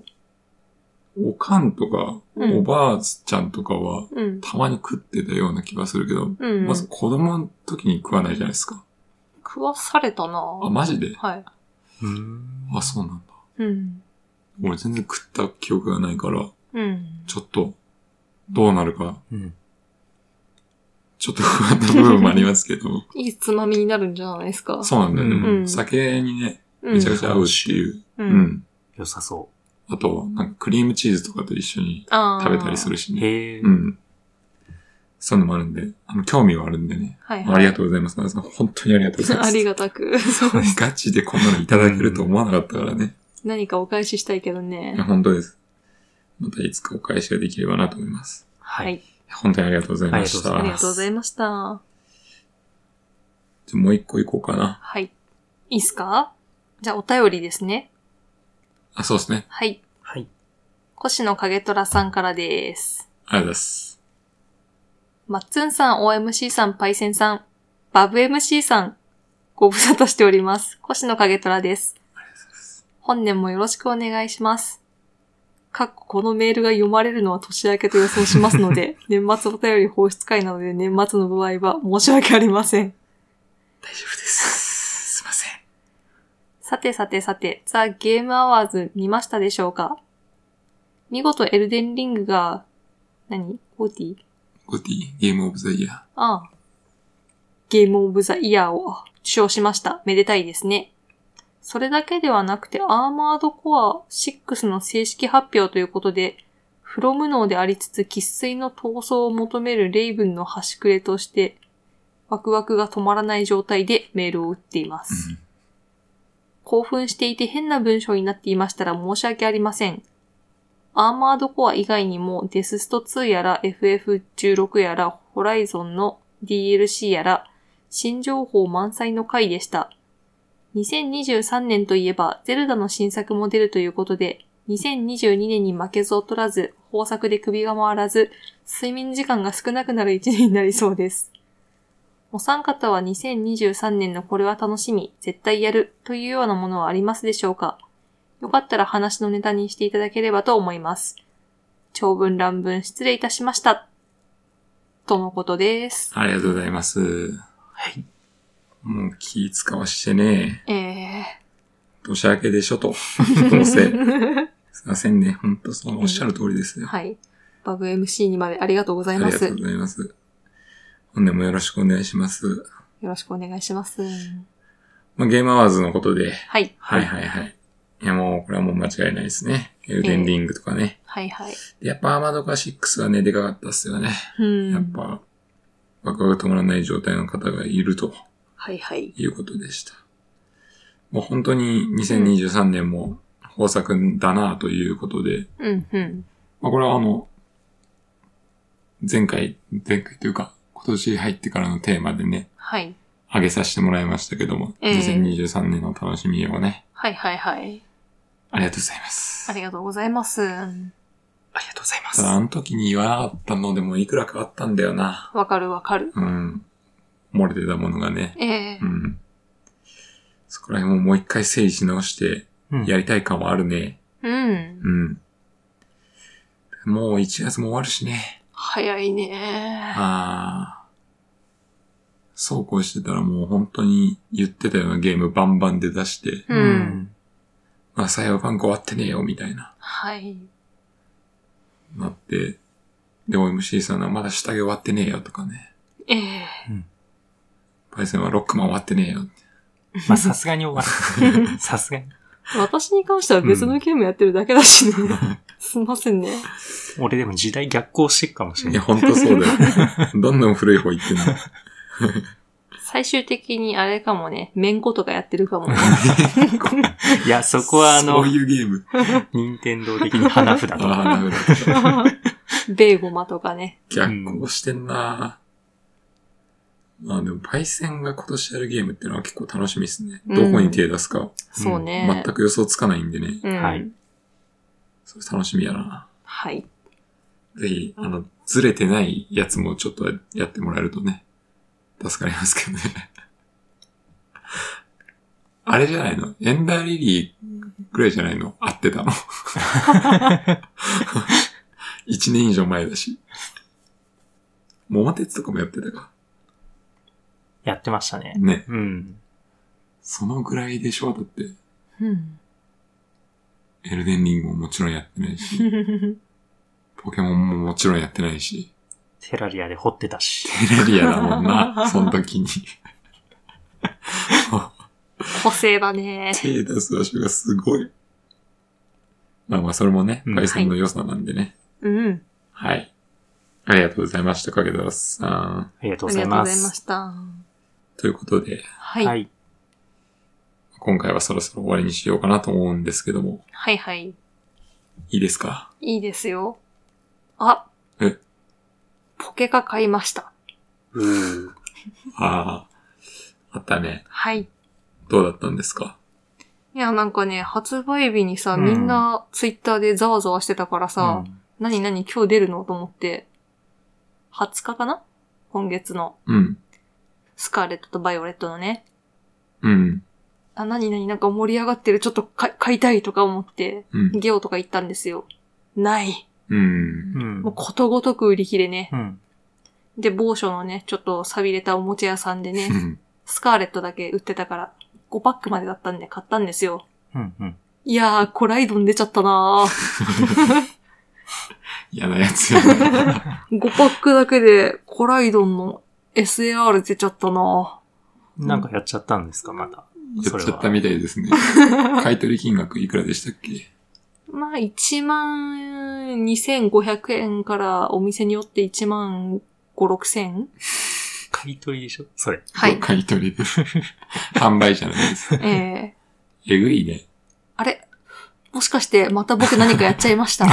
Speaker 1: おかんとか、おばあちゃんとかは、たまに食ってたような気がするけど、まず子供の時に食わないじゃないですか。
Speaker 2: 食わされたなぁ。
Speaker 1: あ、マジで？
Speaker 2: はい。
Speaker 1: あ、そうなんだ。俺全然食った記憶がないから、ちょっと、どうなるか、ちょっと不安な部分もありますけど。
Speaker 2: いいつまみになるんじゃないですか。
Speaker 1: そうなんだよね。酒にね、めちゃくちゃ合うっていう。
Speaker 3: 良さそう。
Speaker 1: あと、なんかクリームチーズとかと一緒に食べたりするしね。そういうのもあるんで、興味はあるんでね。ありがとうございます。本当にありがとうございます。
Speaker 2: ありがたく。
Speaker 1: ガチでこんなのいただけると思わなかったからね。
Speaker 2: 何かお返ししたいけどね。
Speaker 1: 本当です。またいつかお返しができればなと思います。
Speaker 2: はい。
Speaker 1: 本当にありがとうございました。
Speaker 2: ありがとうございました。
Speaker 1: じゃもう一個いこうかな。
Speaker 2: はい。いいっすか？じゃあお便りですね。
Speaker 1: あ、そうですね。
Speaker 2: はい。はい。越野影虎さんからです。
Speaker 1: ありがとうございます。
Speaker 2: マッツンさん、OMC さん、パイセンさん、バブ MC さん、ご無沙汰しております。越野影虎です。
Speaker 1: ありがとうございます。
Speaker 2: 本年もよろしくお願いします。このメールが読まれるのは年明けと予想しますので、年末お便り放出会なので年末の場合は申し訳ありません。
Speaker 1: 大丈夫です。すいません。
Speaker 2: さて、ザ・ゲームアワーズ見ましたでしょうか？見事エルデンリングが、ゴティ
Speaker 1: ゲームオブザイヤー。
Speaker 2: ああ。ゲームオブザイヤーを受賞しました。めでたいですね。それだけではなくて、アーマードコア6の正式発表ということで、不老無能でありつつ生粋の闘争を求めるレイブンの端くれとして、ワクワクが止まらない状態でメールを打っています。興奮していて変な文章になっていましたら申し訳ありません。アーマードコア以外にもデススト2やら FF16 やらホライゾンの DLC やら新情報満載の回でした。2023年といえば、ゼルダの新作も出るということで、2022年に負けず劣らず、豊作で首が回らず、睡眠時間が少なくなる一年になりそうです。お三方は2023年のこれは楽しみ、絶対やるというようなものはありますでしょうか？よかったら話のネタにしていただければと思います。長文乱文失礼いたしました。とのことです。
Speaker 1: ありがとうございます。はい。もう気使わしてね。年明けでしょと。どうせ。すいませんね。ほんとそのおっしゃる通りですよ。
Speaker 2: はい。バブ MC にまでありがとうございます。
Speaker 1: ありがとうございます。本年もよろしくお願いします。よ
Speaker 2: ろしくお願いします。
Speaker 1: まあ、ゲームアワーズのことで。
Speaker 2: はい。
Speaker 1: はい。いやもう、これはもう間違いないですね。エルデンリングとかね。
Speaker 2: はい。
Speaker 1: やっぱアーマードコア6がね、でかかったっすよね。やっぱ、ワクワク止まらない状態の方がいると。はい。いうことでした。もう本当に2023年も豊作だなということで。まあこれは前回というか、今年入ってからのテーマでね。
Speaker 2: はい。
Speaker 1: 上げさせてもらいましたけども。2023年の楽しみをね。
Speaker 2: はい。
Speaker 1: ありがとうございます。
Speaker 2: ありがとうございます。
Speaker 3: ありがとうございます。
Speaker 1: ただあの時に言わなかったのでもいくらかあったんだよな。
Speaker 2: わかる。
Speaker 1: 漏れてたものがね。そこら辺ももう一回整理し直して、やりたい感はあるね。もう1月も終わるしね。
Speaker 2: 早いね。
Speaker 1: そうこうしてたらもう本当に言ってたようなゲームバンバンで出して。サイバーパンク終わってねえよ、みたいな。
Speaker 2: はい。
Speaker 1: なって、 でも MC さんはまだ下着終わってねえよとかね。パイセンはロックマン終わってねえよって。
Speaker 3: まあさすがに終わる。さすがに。
Speaker 2: 私に関しては別のゲームやってるだけだしね。すいませんね。
Speaker 3: 俺でも時代逆行してっかもしれない。
Speaker 1: いや、ほんとそうだよ。どんどん古い方行ってんの。
Speaker 2: 最終的にあれかもね、めんことかやってるかもね。
Speaker 3: いや、そこは
Speaker 1: そういうゲーム。
Speaker 3: 任天堂的に花札とか。
Speaker 1: 花札。
Speaker 2: ベーゴマとかね。
Speaker 1: 逆行してんなまあでも、パイセンが今年やるゲームっていうのは結構楽しみですね。どこに手出すか。
Speaker 2: そうね。
Speaker 1: 全く予想つかないんでね。
Speaker 3: はい。
Speaker 1: それ楽しみやな。
Speaker 2: はい。
Speaker 1: ぜひ、ずれてないやつもちょっとやってもらえるとね、助かりますけどね。あれじゃないの？エンダーリリーぐらいじゃないの？合ってたの。1年以上前だし。桃鉄とかもやってたか。
Speaker 3: やってましたね。
Speaker 1: ね。
Speaker 3: うん。
Speaker 1: そのぐらいでしょだって。
Speaker 2: うん。
Speaker 1: エルデンリングももちろんやってないし。ポケモンももちろんやってないし。
Speaker 3: テラリアで掘ってたし。
Speaker 1: テラリアだもんな、その時に。
Speaker 2: 個性だね。
Speaker 1: 手出す場所がすごい。まあまあ、それもね、パイセンの良さなんでね。
Speaker 2: うん。
Speaker 1: はい。ありがとうございました、かけださん。
Speaker 3: ありがとうございます。
Speaker 2: ありがとうございました。
Speaker 1: ということで、
Speaker 2: はい。
Speaker 1: 今回はそろそろ終わりにしようかなと思うんですけども。
Speaker 2: はいはい。
Speaker 1: いいですか？
Speaker 2: いいですよ。あ。ポケカ買いました。
Speaker 1: あったね。
Speaker 2: はい。
Speaker 1: どうだったんですか？
Speaker 2: いや、なんかね、発売日にさ、みんなツイッターでざわざわしてたからさ、何今日出るのと思って、20日かな？今月の。
Speaker 1: うん。
Speaker 2: スカーレットとバイオレットのね。
Speaker 1: うん。
Speaker 2: なんか盛り上がってる、ちょっと買いたいとか思って、ゲオとか行ったんですよ。ない。もうことごとく売り切れね。で、某所のね、ちょっと錆びれたおもちゃ屋さんでね、スカーレットだけ売ってたから、5パックまでだったんで買ったんですよ。いやー、コライドン出ちゃったなー。
Speaker 1: 嫌なやつやな。
Speaker 2: 5パックだけでコライドンの SAR 出ちゃったな
Speaker 3: ー。なんかやっちゃったんですか、また。
Speaker 1: やっちゃったみたいですね。買い取り金額いくらでしたっけ？
Speaker 2: まあ、12,500円からお店によって15,000、6,000？
Speaker 3: 買い取りでしょそれ。
Speaker 2: はい。
Speaker 1: 買い取りです。販売じゃないです。えぐいね。
Speaker 2: あれ？もしかしてまた僕何かやっちゃいました？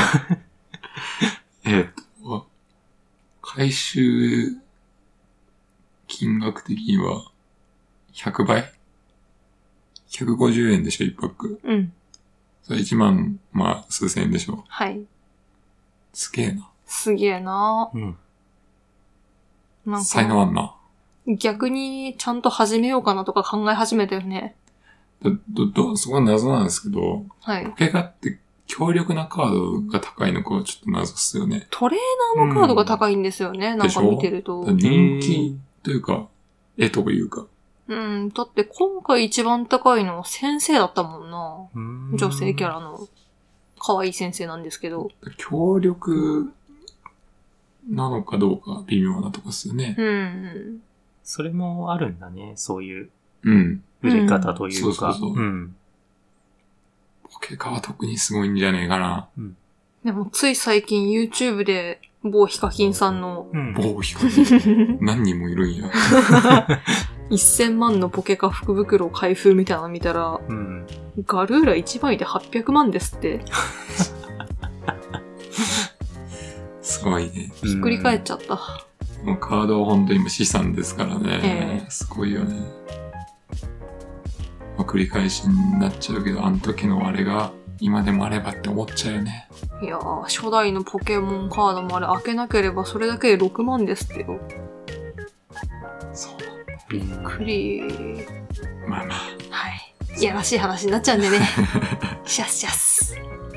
Speaker 1: 回収金額的には100倍 ?150 円でしょ、1パック。
Speaker 2: うん。
Speaker 1: それ1万、まあ、数千円でしょ。
Speaker 2: はい。
Speaker 1: すげえな。
Speaker 2: すげえな。うん。
Speaker 1: なんか才能あんな。
Speaker 2: 逆にちゃんと始めようかなとか考え始めたよね。
Speaker 1: そこは謎なんですけど、
Speaker 2: はい。
Speaker 1: ポケカって強力なカードが高いのかはちょっと謎っすよね。
Speaker 2: トレーナーのカードが高いんですよね、なんか見てると。
Speaker 1: 人気というか、とかいうか。
Speaker 2: だって今回一番高いのは先生だったもんな。女性キャラの可愛い先生なんですけど。
Speaker 1: 強力なのかどうか微妙なとこっすよね。
Speaker 3: それもあるんだね、そういう。売り方というか。
Speaker 1: そう。ポケカは特にすごいんじゃねえかな。
Speaker 2: でもつい最近 YouTube で某ヒカキンさんの、
Speaker 1: 某ヒカキン何人もいるんや。
Speaker 2: 1000万のポケカ福袋開封みたいなの見たら、ガルーラ1枚で800万ですって。
Speaker 1: すごいね。
Speaker 2: ひっくり返っちゃった。
Speaker 1: もうカードは本当に資産ですからね。すごいよね。繰り返しになっちゃうけど、あの時のあれが今でもあればって思っちゃうよね。
Speaker 2: いやー、初代のポケモンカードもあれ開けなければそれだけで6万ですってよ。
Speaker 1: そうなんだ。
Speaker 2: びっくり。
Speaker 1: まあまあ。
Speaker 2: はい。いやらしい話になっちゃうんでね。シャッシャッス。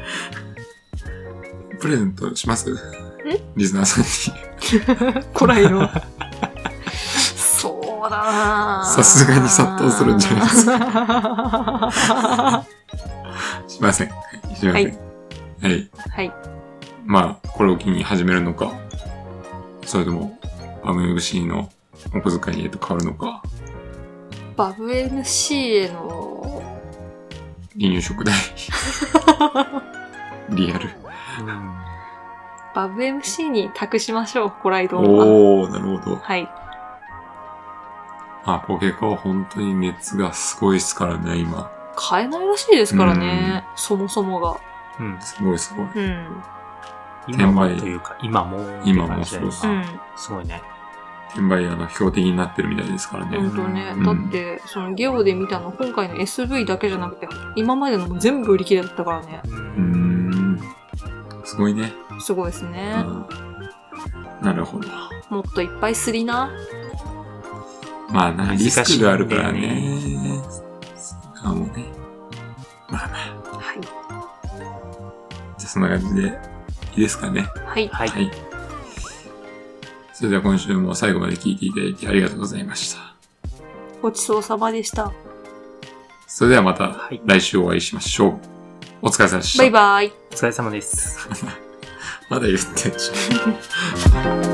Speaker 1: プレゼントします？リスナーさんに。
Speaker 2: こらえろ。そうだな
Speaker 1: さすがに殺到するんじゃないですか。しません。しません。はい。
Speaker 2: はい。
Speaker 1: まあ、これを機に始めるのか、 それとも、バブ MC のお小遣いへと変わるのか。
Speaker 2: バブ MC への
Speaker 1: 離乳食代。リアル。
Speaker 2: バブ MC に託しましょう、コライドンは。
Speaker 1: おー、なるほど。
Speaker 2: はい。
Speaker 1: ポケカは本当に熱がすごいですからね、今。
Speaker 2: 買えないらしいですからね、そもそもが。
Speaker 1: すごいすごい。
Speaker 3: 今もというか、今も
Speaker 1: そうです。
Speaker 3: すごいね。
Speaker 1: 転売標的になってるみたいですからね。
Speaker 2: 本当ね。だって、そのゲオで見たの、今回の SV だけじゃなくて、今までのも全部売り切れだったからね。
Speaker 1: すごいね。
Speaker 2: すごいですね。
Speaker 1: なるほど。
Speaker 2: もっといっぱいすりな。
Speaker 1: まあな、リスクがあるからね。そうもね。まあまあ。
Speaker 2: はい。
Speaker 1: じゃあそんな感じでいいですかね。
Speaker 2: はい。
Speaker 1: はい。それでは今週も最後まで聞いていただいてありがとうございました。
Speaker 2: ごちそうさまでした。
Speaker 1: それではまた来週お会いしましょう。お疲れ様でした。
Speaker 2: バイバイ。
Speaker 3: お疲れ様です。
Speaker 1: まだ言ってんじゃん。